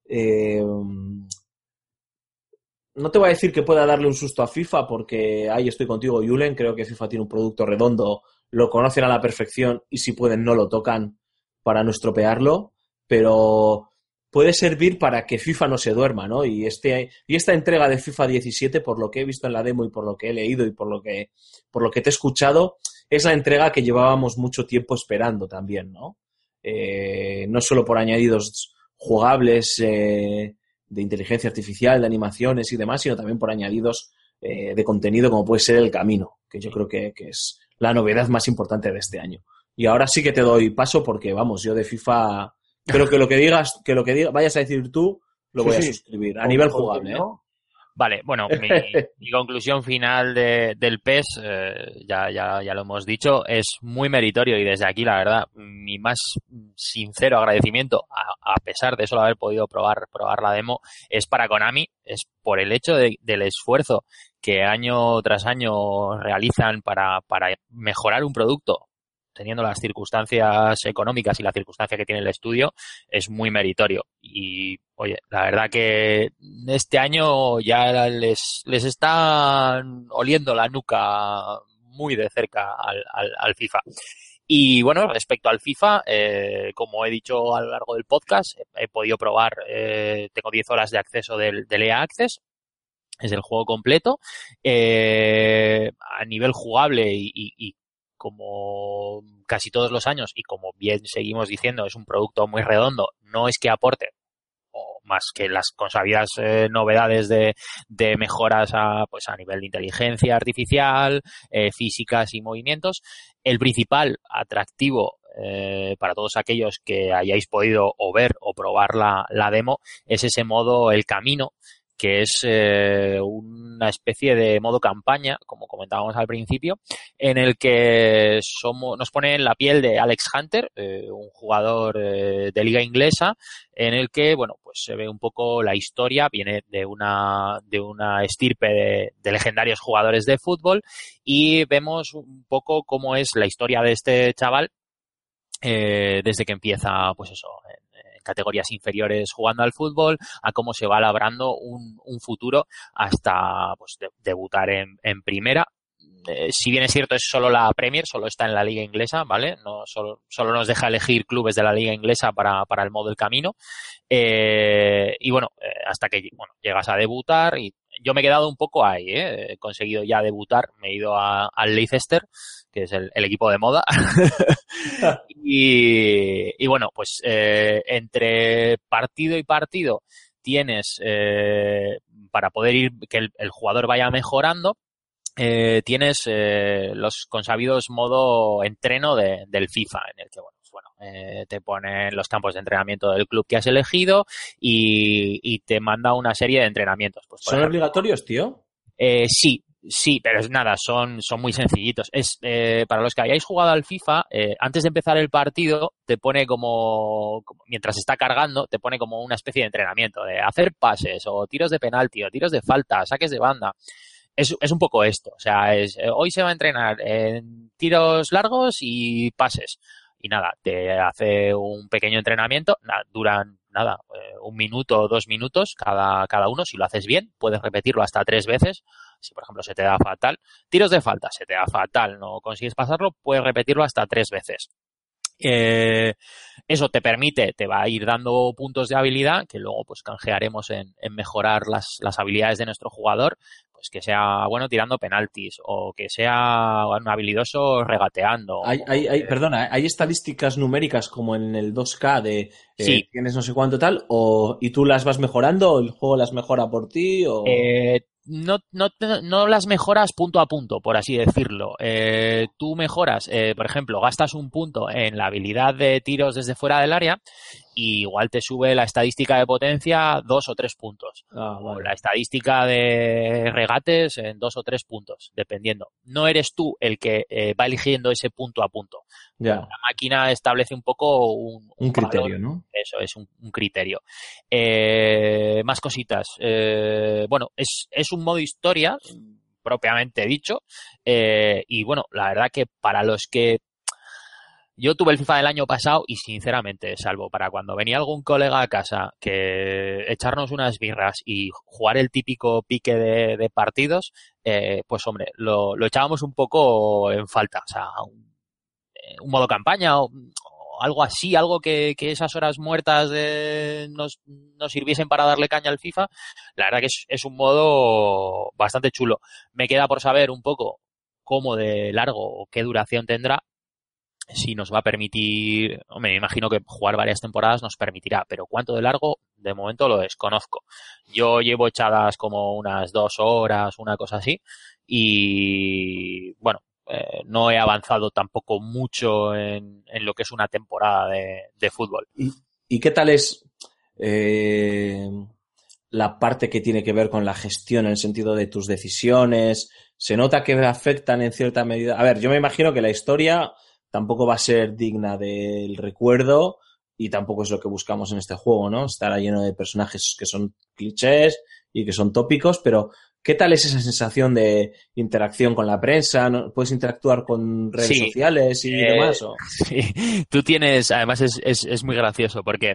no te voy a decir que pueda darle un susto a FIFA, porque ahí estoy contigo, Julen. Creo que FIFA tiene un producto redondo, lo conocen a la perfección y si pueden no lo tocan para no estropearlo, pero puede servir para que FIFA no se duerma, ¿no? Y esta entrega de FIFA 17, por lo que he visto en la demo y por lo que he leído y por lo que te he escuchado, es la entrega que llevábamos mucho tiempo esperando también, ¿no? No solo por añadidos jugables de inteligencia artificial, de animaciones y demás, sino también por añadidos de contenido como puede ser el camino, que yo creo que es la novedad más importante de este año. Y ahora sí que te doy paso porque, vamos, yo de FIFA creo que lo que vayas a decir tú lo voy a suscribir a nivel jugable, ¿no? Vale, bueno, mi conclusión final del PES, ya lo hemos dicho, es muy meritorio y desde aquí, la verdad, mi más sincero agradecimiento, a pesar de solo haber podido probar la demo, es para Konami, es por el hecho del esfuerzo que año tras año realizan para mejorar un producto, teniendo las circunstancias económicas y la circunstancia que tiene el estudio, es muy meritorio. Y, oye, la verdad que este año ya les están oliendo la nuca muy de cerca al FIFA. Y, bueno, respecto al FIFA, como he dicho a lo largo del podcast, he podido probar, tengo 10 horas de acceso del EA Access. Es el juego completo. A nivel jugable y como casi todos los años y como bien seguimos diciendo, es un producto muy redondo, no es que aporte o más que las consabidas novedades de mejoras a nivel de inteligencia artificial, físicas y movimientos. El principal atractivo para todos aquellos que hayáis podido o ver o probar la demo es ese modo El Camino, que es una especie de modo campaña, como comentábamos al principio, en el que nos pone en la piel de Alex Hunter, un jugador de liga inglesa, en el que, bueno, pues se ve un poco la historia, viene de una estirpe de legendarios jugadores de fútbol, y vemos un poco cómo es la historia de este chaval desde que empieza, pues eso, en categorías inferiores jugando al fútbol, a cómo se va labrando un futuro hasta pues debutar en primera. Si bien es cierto, es solo la Premier, solo está en la liga inglesa, ¿vale? No solo nos deja elegir clubes de la liga inglesa para el modo del camino. Y bueno, hasta que llegas a debutar, y yo me he quedado un poco ahí, he conseguido ya debutar, me he ido al Leicester, que es el equipo de moda. y bueno, pues entre partido y partido tienes, para poder ir, que el jugador vaya mejorando, tienes los consabidos modo entreno del FIFA, en el que te ponen los campos de entrenamiento del club que has elegido y te manda una serie de entrenamientos. Pues, ¿Son obligatorios, tío? Sí, pero es nada, son muy sencillitos. Para los que hayáis jugado al FIFA, antes de empezar el partido, te pone como mientras está cargando, te pone como una especie de entrenamiento de hacer pases o tiros de penalti o tiros de falta, saques de banda. Es un poco esto, o sea, hoy se va a entrenar en tiros largos y pases. Y nada, te hace un pequeño entrenamiento, duran un minuto o 2 minutos cada uno. Si lo haces bien, puedes repetirlo hasta 3 veces. Si, por ejemplo, se te da fatal, tiros de falta, se te da fatal, no consigues pasarlo, puedes repetirlo hasta 3 veces. Eso te va a ir dando puntos de habilidad que luego pues canjearemos en mejorar las habilidades de nuestro jugador, pues que sea bueno tirando penaltis o que sea un habilidoso regateando. Perdona, ¿hay estadísticas numéricas como en el 2K de sí, tienes no sé cuánto tal y tú las vas mejorando o el juego las mejora por ti? O... No las mejoras punto a punto, por así decirlo. Tú mejoras, por ejemplo, gastas un punto en la habilidad de tiros desde fuera del área y igual te sube la estadística de potencia 2 o 3 puntos. Vale. O la estadística de regates en 2 o 3 puntos, dependiendo. No eres tú el que va eligiendo ese punto a punto. Ya. La máquina establece un poco un criterio, valor, ¿no? Eso es un criterio. Más cositas. Bueno, es un modo historia, propiamente dicho. Y bueno, la verdad que para los que... Yo tuve el FIFA del año pasado y sinceramente, salvo para cuando venía algún colega a casa, que echarnos unas birras y jugar el típico pique de partidos, pues hombre, lo echábamos un poco en falta. O sea, un modo campaña o algo así, algo que esas horas muertas nos sirviesen para darle caña al FIFA. La verdad que es un modo bastante chulo. Me queda por saber un poco cómo de largo o qué duración tendrá, si nos va a permitir, me imagino que jugar varias temporadas nos permitirá, pero cuánto de largo, de momento lo desconozco. Yo llevo echadas como unas 2 horas, una cosa así, y bueno, no he avanzado tampoco mucho en lo que es una temporada de fútbol. ¿Y qué tal es la parte que tiene que ver con la gestión en el sentido de tus decisiones? ¿Se nota que afectan en cierta medida? A ver, yo me imagino que la historia tampoco va a ser digna del recuerdo y tampoco es lo que buscamos en este juego, ¿no? Estará lleno de personajes que son clichés y que son tópicos, pero ¿qué tal es esa sensación de interacción con la prensa? ¿No? ¿Puedes interactuar con redes sociales y demás? ¿O? Sí, tú tienes, además es muy gracioso porque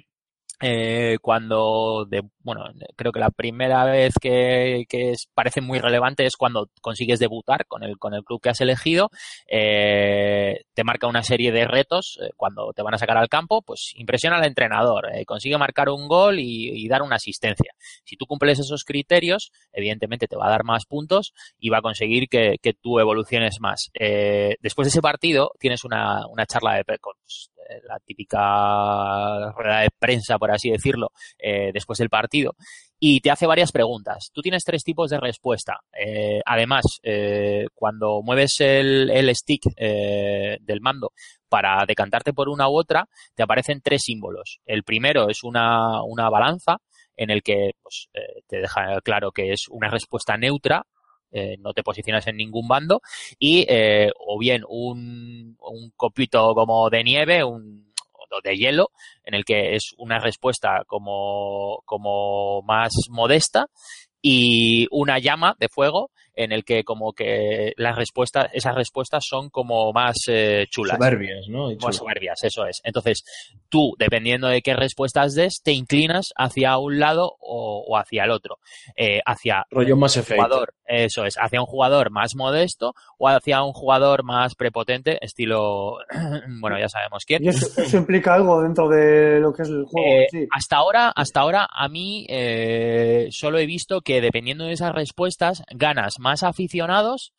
creo que la primera vez que parece muy relevante es cuando consigues debutar con el club que has elegido. Te marca una serie de retos cuando te van a sacar al campo, pues impresiona al entrenador, consigue marcar un gol y dar una asistencia. Si tú cumples esos criterios, evidentemente te va a dar más puntos y va a conseguir que tú evoluciones más. Después de ese partido tienes una charla la típica rueda de prensa, por así decirlo, después del partido, y te hace varias preguntas. Tú tienes 3 tipos de respuesta. Además, cuando mueves el stick del mando para decantarte por una u otra, te aparecen 3 símbolos. El primero es una balanza, en el que pues, te deja claro que es una respuesta neutra, no te posicionas en ningún bando, y o bien un copito como de nieve, o de hielo, en el que es una respuesta como más modesta, y una llama de fuego en el que como que esas respuestas son como más chulas. Soberbias, ¿no? Más soberbias, eso es. Entonces, tú, dependiendo de qué respuestas des, te inclinas hacia un lado o hacia el otro. Hacia rollo más un jugador, eso es, hacia un jugador más modesto o hacia un jugador más prepotente, estilo, bueno, ya sabemos quién. ¿Y eso implica algo dentro de lo que es el juego? Sí. Hasta ahora, a mí solo he visto que dependiendo de esas respuestas, ganas más aficionados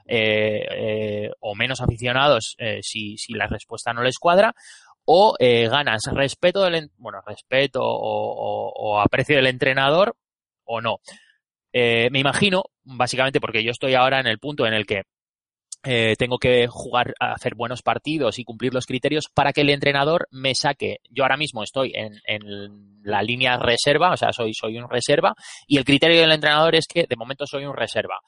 o menos aficionados si la respuesta no les cuadra, o ganas respeto o aprecio del entrenador o no. Me imagino, básicamente porque yo estoy ahora en el punto en el que tengo que jugar, hacer buenos partidos y cumplir los criterios para que el entrenador me saque. Yo ahora mismo estoy en la línea reserva, o sea, soy un reserva, y el criterio del entrenador es que de momento soy un reserva.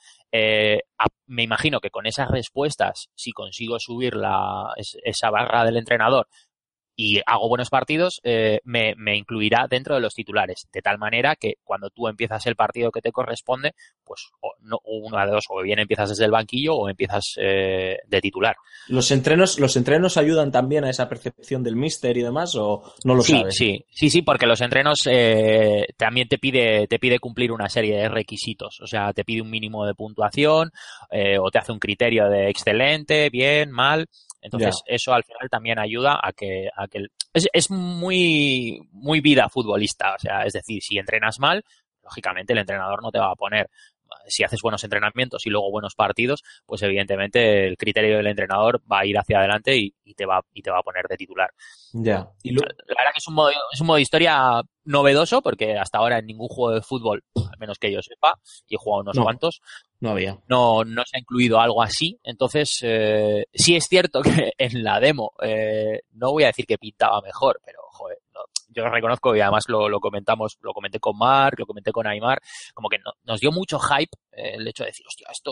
Me imagino que con esas respuestas, si consigo subir esa barra del entrenador y hago buenos partidos, me incluirá dentro de los titulares, de tal manera que cuando tú empiezas el partido que te corresponde, pues una de dos, o bien empiezas desde el banquillo o empiezas de titular. ¿Los entrenos ayudan también a esa percepción del míster y demás, o no lo sabes? Sí, porque los entrenos también te pide cumplir una serie de requisitos, o sea, te pide un mínimo de puntuación, o te hace un criterio de excelente, bien, mal. Entonces, eso al final también ayuda a que es muy, muy vida futbolista. O sea, es decir, si entrenas mal, lógicamente el entrenador no te va a poner. Si haces buenos entrenamientos y luego buenos partidos, pues evidentemente el criterio del entrenador va a ir hacia adelante y te va a poner de titular. Ya. La verdad que es un modo de historia novedoso, porque hasta ahora en ningún juego de fútbol, al menos que yo sepa, y he jugado unos cuantos, no había. No se ha incluido algo así. Entonces, sí es cierto que en la demo, no voy a decir que pintaba mejor, pero joder, yo lo reconozco y además lo comenté con Mark, lo comenté con Aymar, como que nos dio mucho hype el hecho de decir, hostia, esto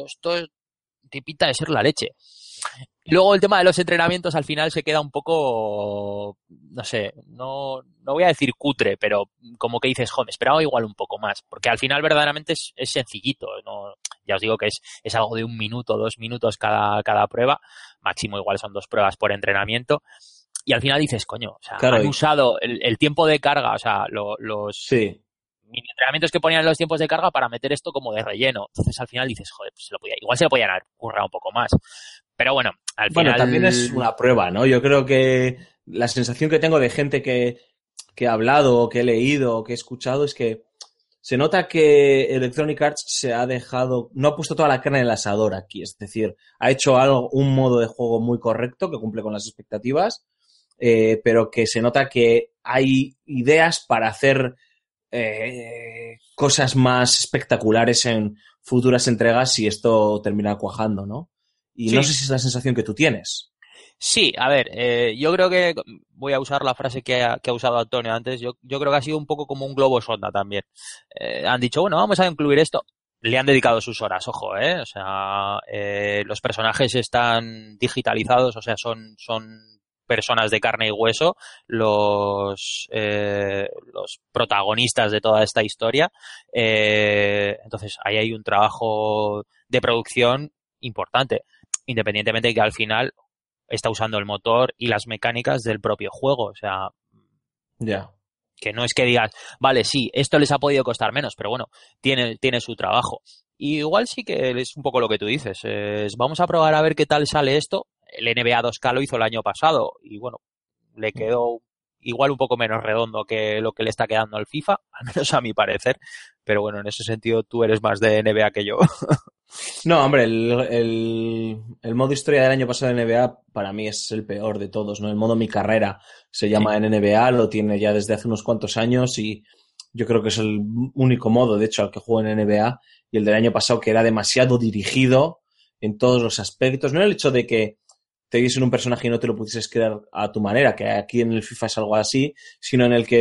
te pinta de ser la leche. Y luego el tema de los entrenamientos al final se queda un poco, no sé, no voy a decir cutre, pero como que dices, joder, esperaba igual un poco más, porque al final verdaderamente es sencillito, ¿no? Ya os digo que es algo de 1 minuto, 2 minutos cada prueba, máximo igual son 2 pruebas por entrenamiento, y al final dices, coño, o sea, claro, han usado el tiempo de carga, o sea, los mini entrenamientos que ponían en los tiempos de carga para meter esto como de relleno. Entonces al final dices, joder, pues igual se lo podían haber currado un poco más. Pero bueno, al final... Bueno, también es una prueba, ¿no? Yo creo que la sensación que tengo de gente que he hablado, que he leído, que he escuchado, es que se nota que Electronic Arts no ha puesto toda la carne en el asador aquí. Es decir, ha hecho un modo de juego muy correcto que cumple con las expectativas, pero que se nota que hay ideas para hacer cosas más espectaculares en futuras entregas si esto termina cuajando, ¿no? Y no sé si es la sensación que tú tienes. Sí, a ver, yo creo que voy a usar la frase que ha usado Antonio antes. Yo creo que ha sido un poco como un globo sonda también. Han dicho, bueno, vamos a incluir esto. Le han dedicado sus horas, ojo, o sea, los personajes están digitalizados, o sea, son personas de carne y hueso, los protagonistas de toda esta historia. Entonces, ahí hay un trabajo de producción importante, independientemente de que al final está usando el motor y las mecánicas del propio juego. O sea, que no es que digas, vale, sí, esto les ha podido costar menos, pero bueno, tiene su trabajo. Y igual sí que es un poco lo que tú dices. Vamos a probar a ver qué tal sale esto. El NBA 2K lo hizo el año pasado y bueno, le quedó igual un poco menos redondo que lo que le está quedando al FIFA, al menos a mi parecer. Pero bueno, en ese sentido tú eres más de NBA que yo. No, hombre, el modo historia del año pasado de NBA para mí es el peor de todos, ¿no? El modo Mi Carrera se llama en NBA, lo tiene ya desde hace unos cuantos años y yo creo que es el único modo, de hecho, al que juego en NBA, y el del año pasado que era demasiado dirigido en todos los aspectos. No el hecho de que te diesen un personaje y no te lo pudieses crear a tu manera, que aquí en el FIFA es algo así, sino en el que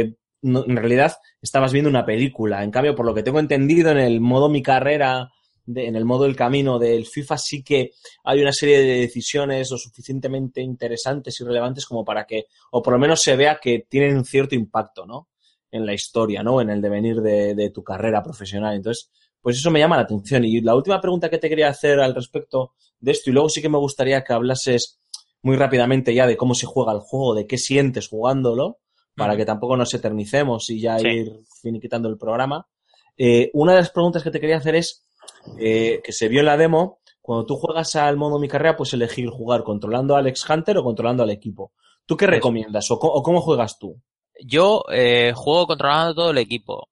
en realidad estabas viendo una película. En cambio, por lo que tengo entendido, en el modo mi carrera, en el modo del camino del FIFA, sí que hay una serie de decisiones lo suficientemente interesantes y relevantes como para que, o por lo menos se vea que tienen un cierto impacto, ¿no? En la historia, ¿no? En el devenir de tu carrera profesional. Entonces, pues eso me llama la atención. Y la última pregunta que te quería hacer al respecto de esto, y luego sí que me gustaría que hablases muy rápidamente ya de cómo se juega el juego, de qué sientes jugándolo, para que tampoco nos eternicemos y ya ir finiquitando el programa. Una de las preguntas que te quería hacer es, que se vio en la demo, cuando tú juegas al modo mi carrera, pues elegir jugar controlando a Alex Hunter o controlando al equipo. ¿Tú qué recomiendas o cómo juegas tú? Yo juego controlando todo el equipo.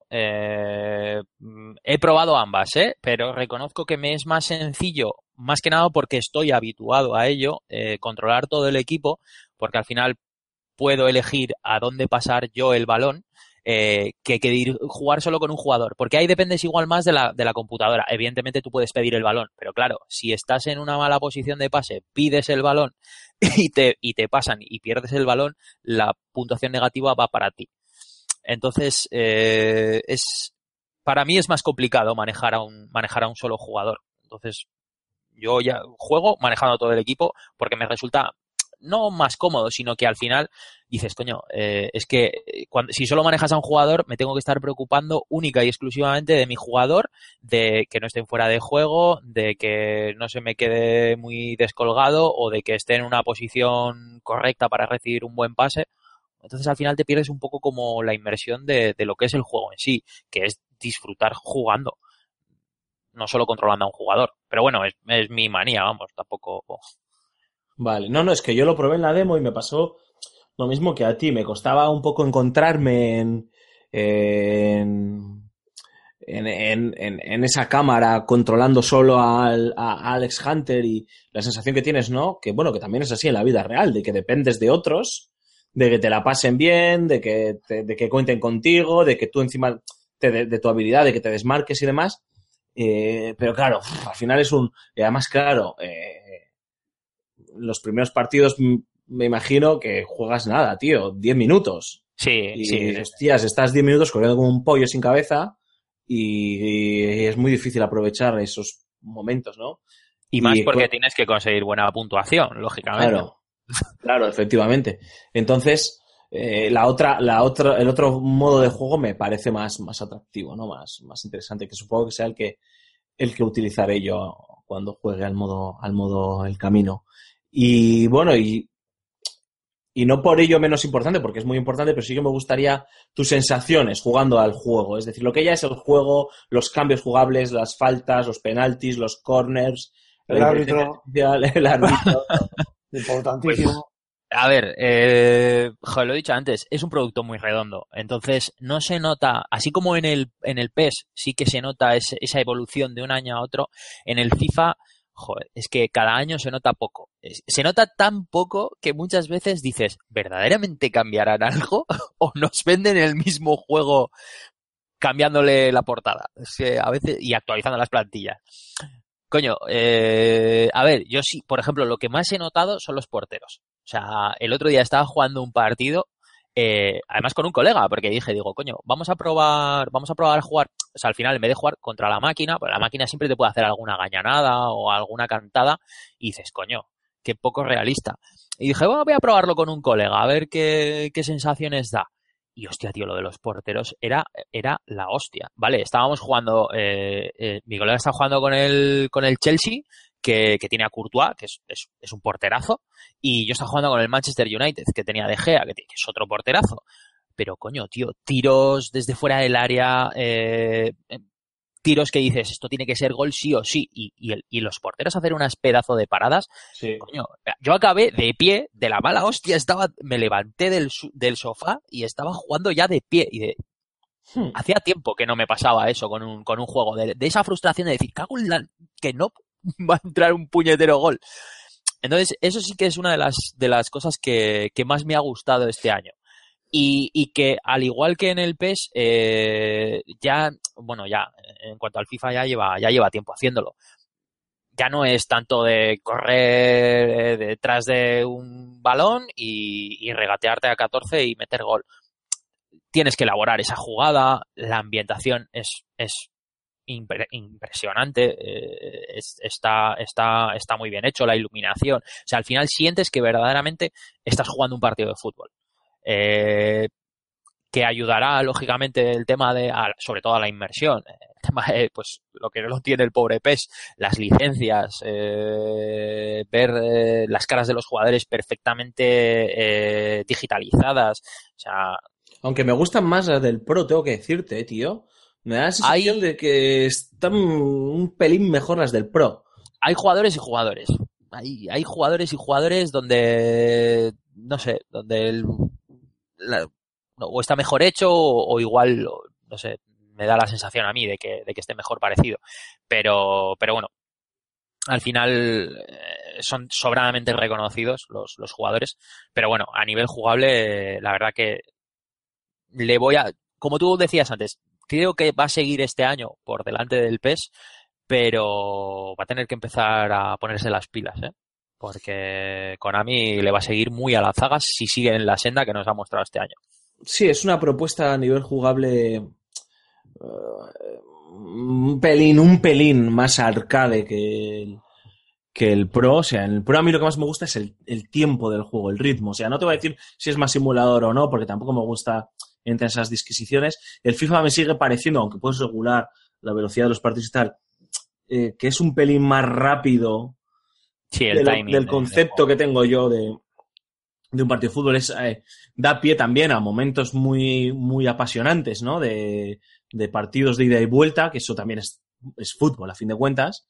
He probado ambas, pero reconozco que me es más sencillo, más que nada porque estoy habituado a ello, controlar todo el equipo, porque al final puedo elegir a dónde pasar yo el balón, que jugar solo con un jugador, porque ahí dependes igual más de la computadora. Evidentemente tú puedes pedir el balón, pero claro, si estás en una mala posición de pase, pides el balón y te pasan y pierdes el balón, la puntuación negativa va para ti. Entonces, para mí es más complicado manejar a un solo jugador. Entonces, yo ya juego manejando todo el equipo porque me resulta no más cómodo, sino que al final dices, coño, es que si solo manejas a un jugador, me tengo que estar preocupando única y exclusivamente de mi jugador, de que no esté fuera de juego, de que no se me quede muy descolgado o de que esté en una posición correcta para recibir un buen pase. Entonces al final te pierdes un poco como la inmersión de lo que es el juego en sí, que es disfrutar jugando, no solo controlando a un jugador. Pero bueno, es mi manía, vamos, tampoco... Vale, no, es que yo lo probé en la demo y me pasó lo mismo que a ti. Me costaba un poco encontrarme en esa cámara controlando solo a Alex Hunter, y la sensación que tienes, ¿no? Que bueno, que también es así en la vida real, de que dependes de otros, de que te la pasen bien, de que cuenten contigo, de que tú encima de tu habilidad, de que te desmarques y demás. Pero claro, al final es y además, claro, los primeros partidos me imagino que juegas nada, tío, 10 minutos. Sí, Y, sí. hostias, estás 10 minutos corriendo como un pollo sin cabeza y es muy difícil aprovechar esos momentos, ¿no? Y más porque tienes que conseguir buena puntuación, lógicamente. Claro, efectivamente. Entonces, el otro modo de juego me parece más atractivo, ¿no? Más interesante, que supongo que sea el que utilizaré yo cuando juegue al modo el camino. Y bueno, y no por ello menos importante, porque es muy importante, pero sí que me gustaría tus sensaciones jugando al juego. Es decir, lo que ya es el juego, los cambios jugables, las faltas, los penaltis, los corners, el árbitro. El árbitro. Importantísimo. Pues, a ver, lo he dicho antes, es un producto muy redondo. Entonces, no se nota, así como en el PES sí que se nota esa evolución de un año a otro, en el FIFA... Joder, es que cada año se nota poco. Se nota tan poco que muchas veces dices, ¿verdaderamente cambiarán algo? ¿O nos venden el mismo juego cambiándole la portada? Es que a veces, y actualizando las plantillas. Coño, a ver, yo sí, por ejemplo, lo que más he notado son los porteros. O sea, el otro día estaba jugando un partido, además con un colega, porque digo, coño, vamos a probar a jugar. O sea, al final, en vez de jugar contra la máquina, pues la máquina siempre te puede hacer alguna gañanada o alguna cantada, y dices, coño, qué poco realista. Y dije, bueno, voy a probarlo con un colega, a ver qué sensaciones da. Y hostia, tío, lo de los porteros era la hostia. Vale, estábamos jugando, mi colega está jugando con el Chelsea, que tiene a Courtois, que es un porterazo, y yo estaba jugando con el Manchester United, que tenía De Gea, que es otro porterazo. Pero coño, tío, tiros desde fuera del área, tiros que dices, esto tiene que ser gol sí o sí, y los porteros hacer unas pedazos de paradas, sí. Coño, yo acabé de pie, de la mala hostia, me levanté del sofá y estaba jugando ya de pie, hacía tiempo que no me pasaba eso con un juego, de esa frustración de decir, cago en que no va a entrar un puñetero gol. Entonces, eso sí que es una de las cosas que más me ha gustado este año. Y que, al igual que en el PES, ya, en cuanto al FIFA ya lleva tiempo haciéndolo. Ya no es tanto de correr detrás de un balón y regatearte a 14 y meter gol. tienes que elaborar esa jugada, la ambientación es impresionante, está muy bien hecho, la iluminación, o sea, al final sientes que verdaderamente estás jugando un partido de fútbol. Que ayudará lógicamente el tema de, sobre todo a la inmersión, el tema de, pues lo que no tiene el pobre PES, las licencias, ver las caras de los jugadores perfectamente digitalizadas, o sea... Aunque me gustan más las del Pro, tengo que decirte, tío. Me da la sensación de que están un pelín mejor las del Pro. Hay jugadores y jugadores. Hay jugadores y jugadores donde, no sé, donde o está mejor hecho o igual, no sé, me da la sensación a mí de que esté mejor parecido. Pero bueno, al final son sobradamente reconocidos los jugadores. Pero bueno, a nivel jugable, la verdad que como tú decías antes, creo que va a seguir este año por delante del PES, pero va a tener que empezar a ponerse las pilas, porque Konami le va a seguir muy a la zaga si sigue en la senda que nos ha mostrado este año. Sí, es una propuesta a nivel jugable un pelín más arcade que el Pro. O sea, en el Pro a mí lo que más me gusta es el tiempo del juego, el ritmo. O sea, no te voy a decir si es más simulador o no, porque tampoco me gusta entre esas disquisiciones. El FIFA me sigue pareciendo, aunque puedes regular la velocidad de los partidos y tal, que es un pelín más rápido. Sí, el timing del concepto que tengo yo de un partido de fútbol. Da pie también a momentos muy, muy apasionantes, ¿no? De partidos de ida y vuelta, que eso también es fútbol, a fin de cuentas.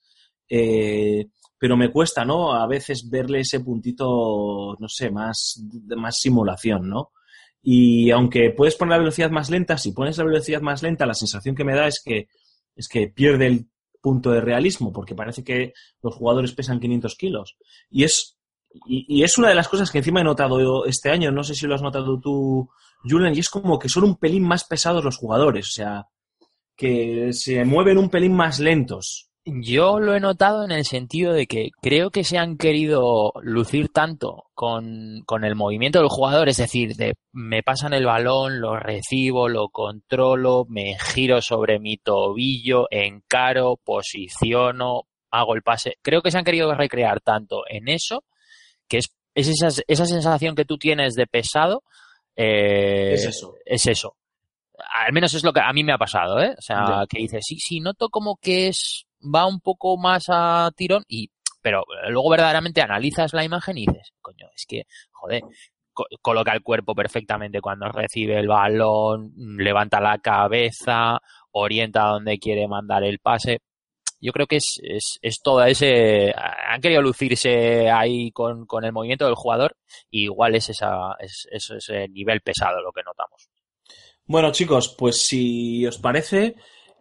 Pero me cuesta, ¿no? A veces verle ese puntito, no sé, más simulación, ¿no? Y aunque puedes poner la velocidad más lenta, si pones la velocidad más lenta, la sensación que me da es que pierde el punto de realismo, porque parece que los jugadores pesan 500 kilos. Y es una de las cosas que encima he notado este año, no sé si lo has notado tú, Julen, y es como que son un pelín más pesados los jugadores, o sea, que se mueven un pelín más lentos. Yo lo he notado en el sentido de que creo que se han querido lucir tanto con el movimiento del jugador, es decir, me pasan el balón, lo recibo, lo controlo, me giro sobre mi tobillo, encaro, posiciono, hago el pase. Creo que se han querido recrear tanto en eso, que es esa sensación que tú tienes de pesado, Es eso. Al menos es lo que a mí me ha pasado, O sea, que dices, sí, noto como que va un poco más a tirón, pero luego verdaderamente analizas la imagen y dices, coño, es que, joder, coloca el cuerpo perfectamente cuando recibe el balón, levanta la cabeza, orienta a donde quiere mandar el pase. Yo creo que es todo ese... Han querido lucirse ahí con el movimiento del jugador, y igual es ese nivel pesado lo que notamos. Bueno, chicos, pues si os parece,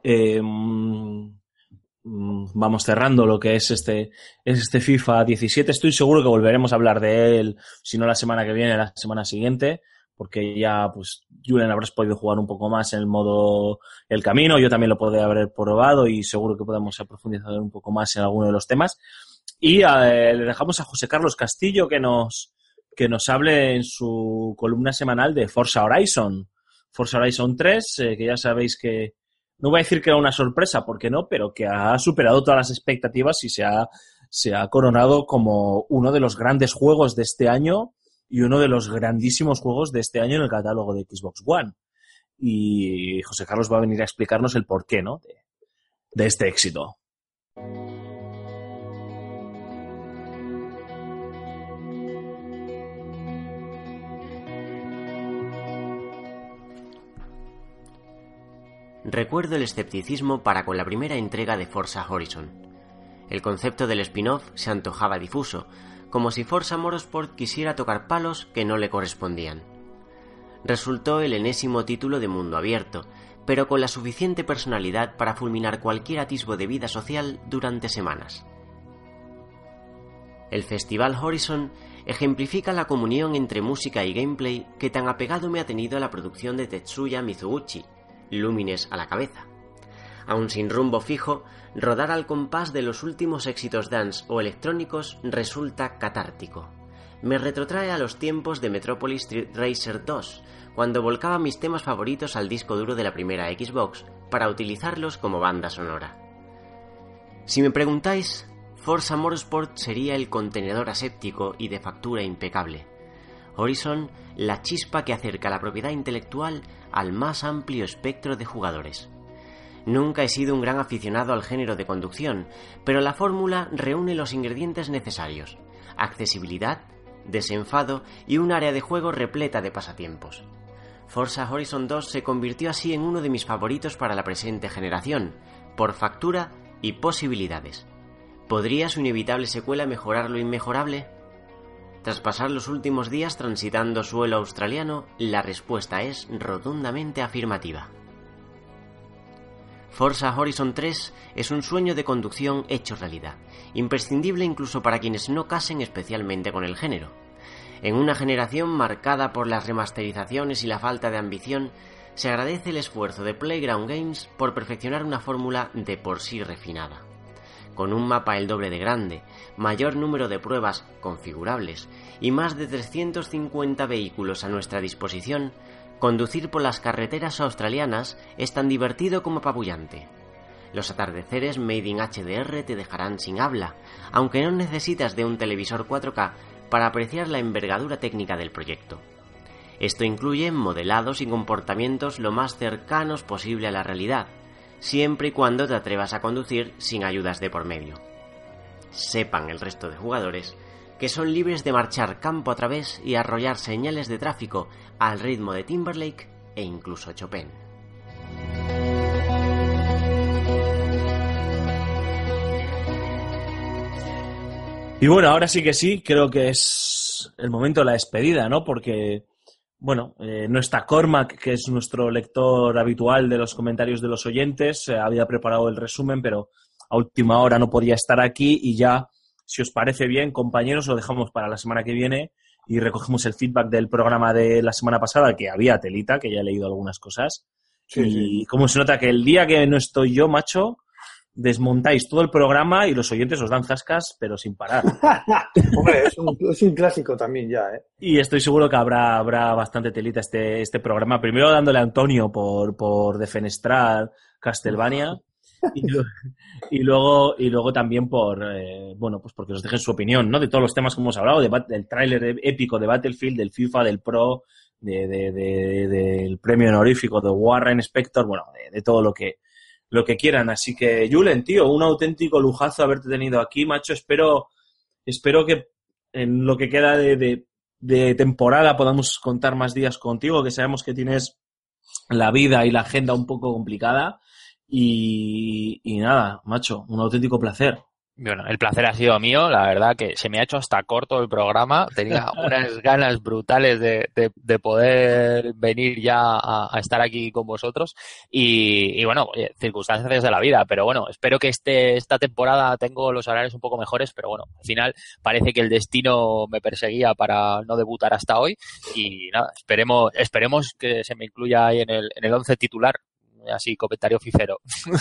vamos cerrando lo que es este FIFA 17. Estoy seguro que volveremos a hablar de él, si no la semana que viene, la semana siguiente, porque ya, pues, Julen habrás podido jugar un poco más en el modo El Camino, yo también lo podré haber probado y seguro que podemos profundizar un poco más en alguno de los temas. Y le dejamos a José Carlos Castillo que nos hable en su columna semanal de Forza Horizon 3, que ya sabéis que no voy a decir que era una sorpresa, porque no, pero que ha superado todas las expectativas y se ha coronado como uno de los grandes juegos de este año y uno de los grandísimos juegos de este año en el catálogo de Xbox One. Y José Carlos va a venir a explicarnos el porqué, ¿no? de este éxito. Recuerdo el escepticismo para con la primera entrega de Forza Horizon. El concepto del spin-off se antojaba difuso, como si Forza Motorsport quisiera tocar palos que no le correspondían. Resultó el enésimo título de mundo abierto, pero con la suficiente personalidad para fulminar cualquier atisbo de vida social durante semanas. El Festival Horizon ejemplifica la comunión entre música y gameplay que tan apegado me ha tenido a la producción de Tetsuya Mizuguchi, Lumines a la cabeza. Aun sin rumbo fijo, rodar al compás de los últimos éxitos dance o electrónicos resulta catártico. Me retrotrae a los tiempos de Metropolis Street Racer 2, cuando volcaba mis temas favoritos al disco duro de la primera Xbox para utilizarlos como banda sonora. Si me preguntáis, Forza Motorsport sería el contenedor aséptico y de factura impecable. Horizon, la chispa que acerca la propiedad intelectual al más amplio espectro de jugadores. Nunca he sido un gran aficionado al género de conducción, pero la fórmula reúne los ingredientes necesarios: accesibilidad, desenfado y un área de juego repleta de pasatiempos. Forza Horizon 2 se convirtió así en uno de mis favoritos para la presente generación, por factura y posibilidades. ¿Podría su inevitable secuela mejorar lo inmejorable? Tras pasar los últimos días transitando suelo australiano, la respuesta es rotundamente afirmativa. Forza Horizon 3 es un sueño de conducción hecho realidad, imprescindible incluso para quienes no casen especialmente con el género. En una generación marcada por las remasterizaciones y la falta de ambición, se agradece el esfuerzo de Playground Games por perfeccionar una fórmula de por sí refinada. Con un mapa el doble de grande, mayor número de pruebas configurables y más de 350 vehículos a nuestra disposición, conducir por las carreteras australianas es tan divertido como apabullante. Los atardeceres Made in HDR te dejarán sin habla, aunque no necesitas de un televisor 4K para apreciar la envergadura técnica del proyecto. Esto incluye modelados y comportamientos lo más cercanos posible a la realidad, siempre y cuando te atrevas a conducir sin ayudas de por medio. Sepan el resto de jugadores que son libres de marchar campo a través y arrollar señales de tráfico al ritmo de Timberlake e incluso Chopin. Y bueno, ahora sí que sí, creo que es el momento de la despedida, ¿no? Porque, bueno, no está Cormac, que es nuestro lector habitual de los comentarios de los oyentes, había preparado el resumen, pero a última hora no podía estar aquí y ya, si os parece bien, compañeros, lo dejamos para la semana que viene y recogemos el feedback del programa de la semana pasada, que había telita, que ya he leído algunas cosas. Sí, y sí. Cómo se nota que el día que no estoy yo, macho, desmontáis todo el programa y los oyentes os dan zascas, pero sin parar. Hombre, es un clásico también ya, ¿eh? Y estoy seguro que habrá bastante telita este programa. Primero dándole a Antonio por defenestrar Castlevania y luego también pues porque os dejen su opinión, ¿no? De todos los temas que hemos hablado, del tráiler épico de Battlefield, del FIFA, del Pro, del premio honorífico de Warren Spector, bueno, de todo lo que quieran. Así que, Julen, tío, un auténtico lujazo haberte tenido aquí, macho. Espero que en lo que queda de temporada podamos contar más días contigo, que sabemos que tienes la vida y la agenda un poco complicada. Y nada, macho, un auténtico placer. Bueno, el placer ha sido mío, la verdad que se me ha hecho hasta corto el programa, tenía unas ganas brutales de poder venir ya a estar aquí con vosotros y bueno, circunstancias de la vida, pero bueno, espero que esta temporada tengo los horarios un poco mejores, pero bueno, al final parece que el destino me perseguía para no debutar hasta hoy y nada, esperemos que se me incluya ahí en el 11 titular, así comentario ficero.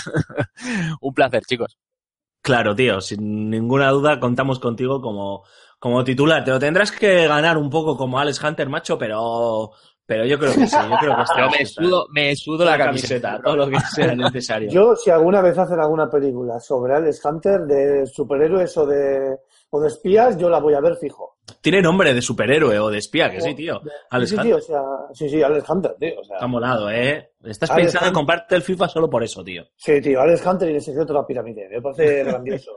Un placer, chicos. Claro, tío, sin ninguna duda contamos contigo como titular. Te lo tendrás que ganar un poco como Alex Hunter, macho, pero yo creo que sí. Yo creo que me sudo la camiseta, todo lo que sea necesario. Yo, si alguna vez hacen alguna película sobre Alex Hunter, de superhéroes o de espías, yo la voy a ver fijo. Tiene nombre de superhéroe o de espía, que sí, tío. Alex Hunter. Tío, o sea, sí, Alex Hunter, tío. O sea, está molado, ¿eh? Estás pensando en comprarte el FIFA solo por eso, tío. Sí, tío, Alex Hunter y el secreto de la pirámide. Me parece grandioso.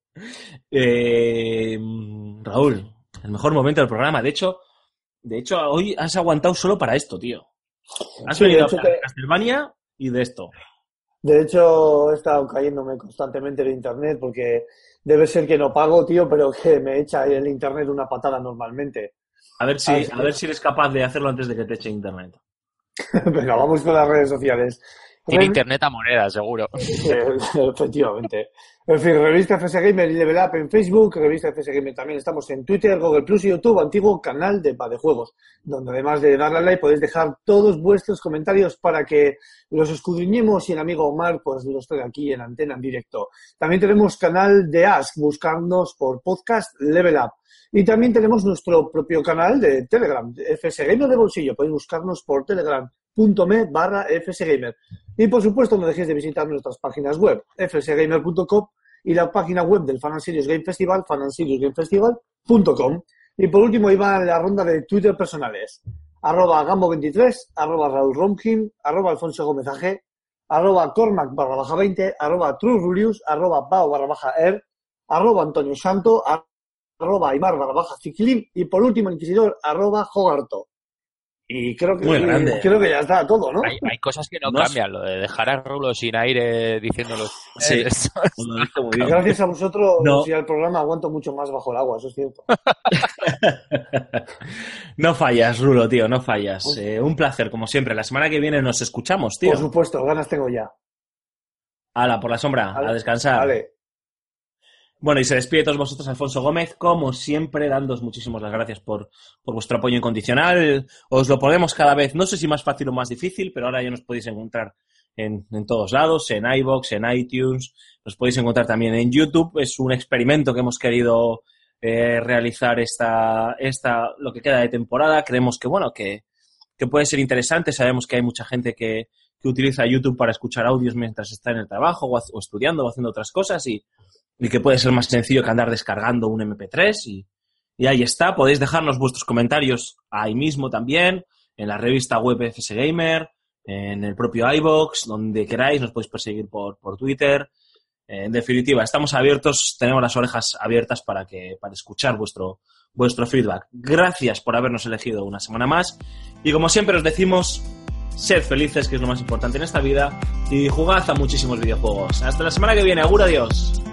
Raúl, el mejor momento del programa. De hecho, hoy has aguantado solo para esto, tío. Has venido a hablar de Castlevania y de esto. De hecho, he estado cayéndome constantemente de internet porque debe ser que no pago, tío, pero que me echa el internet una patada normalmente. A ver si eres capaz de hacerlo antes de que te eche internet. Venga, vamos con las redes sociales. Tiene internet a moneda, seguro. Efectivamente. En fin, revista FS Gamer y Level Up en Facebook, revista FS Gamer también estamos en Twitter, Google Plus y YouTube, antiguo canal de Juegos, donde además de darle a like podéis dejar todos vuestros comentarios para que los escudriñemos y el amigo Omar pues los traiga aquí en antena en directo. También tenemos canal de Ask, buscarnos por podcast Level Up. Y también tenemos nuestro propio canal de Telegram, FS Gamer de bolsillo. Podéis buscarnos por telegram.me/fsgamer. Y por supuesto no dejéis de visitar nuestras páginas web, fsgamer.com y la página web del Fan & Serious Game Festival, fanandserious.com. Y por último iba la ronda de Twitter personales. @Gambo23, @RaúlRomkin, @AlfonsoGómezAG, @Cormac_20, @TrueRulius, @Bao_er, @AntonioSanto, @Aymar_Ciclin y por último Inquisidor, @Jogarto. Y creo que ya está todo, ¿no? Hay cosas que no cambian, lo de dejar a Rulo sin aire diciéndolo. Sí, lo dice muy bien. Gracias a vosotros y al programa aguanto mucho más bajo el agua, eso es cierto. No fallas, Rulo, tío, no fallas. Un placer, como siempre. La semana que viene nos escuchamos, tío. Por supuesto, ganas tengo ya. Hala, por la sombra, a descansar. Vale. Bueno, y se despide de todos vosotros Alfonso Gómez, como siempre, dándoos muchísimas las gracias por vuestro apoyo incondicional. Os lo ponemos cada vez, no sé si más fácil o más difícil, pero ahora ya nos podéis encontrar en todos lados, en iVoox, en iTunes, nos podéis encontrar también en YouTube. Es un experimento que hemos querido realizar lo que queda de temporada. Creemos que puede ser interesante. Sabemos que hay mucha gente que utiliza YouTube para escuchar audios mientras está en el trabajo o estudiando o haciendo otras cosas y que puede ser más sencillo que andar descargando un MP3 y ahí está. Podéis dejarnos vuestros comentarios ahí mismo también, en la revista web FS Gamer, en el propio iVoox, donde queráis, nos podéis perseguir por Twitter. En definitiva, estamos abiertos, tenemos las orejas abiertas para escuchar vuestro feedback. Gracias por habernos elegido una semana más y como siempre os decimos, sed felices, que es lo más importante en esta vida, y jugad a muchísimos videojuegos. Hasta la semana que viene, agur, adiós.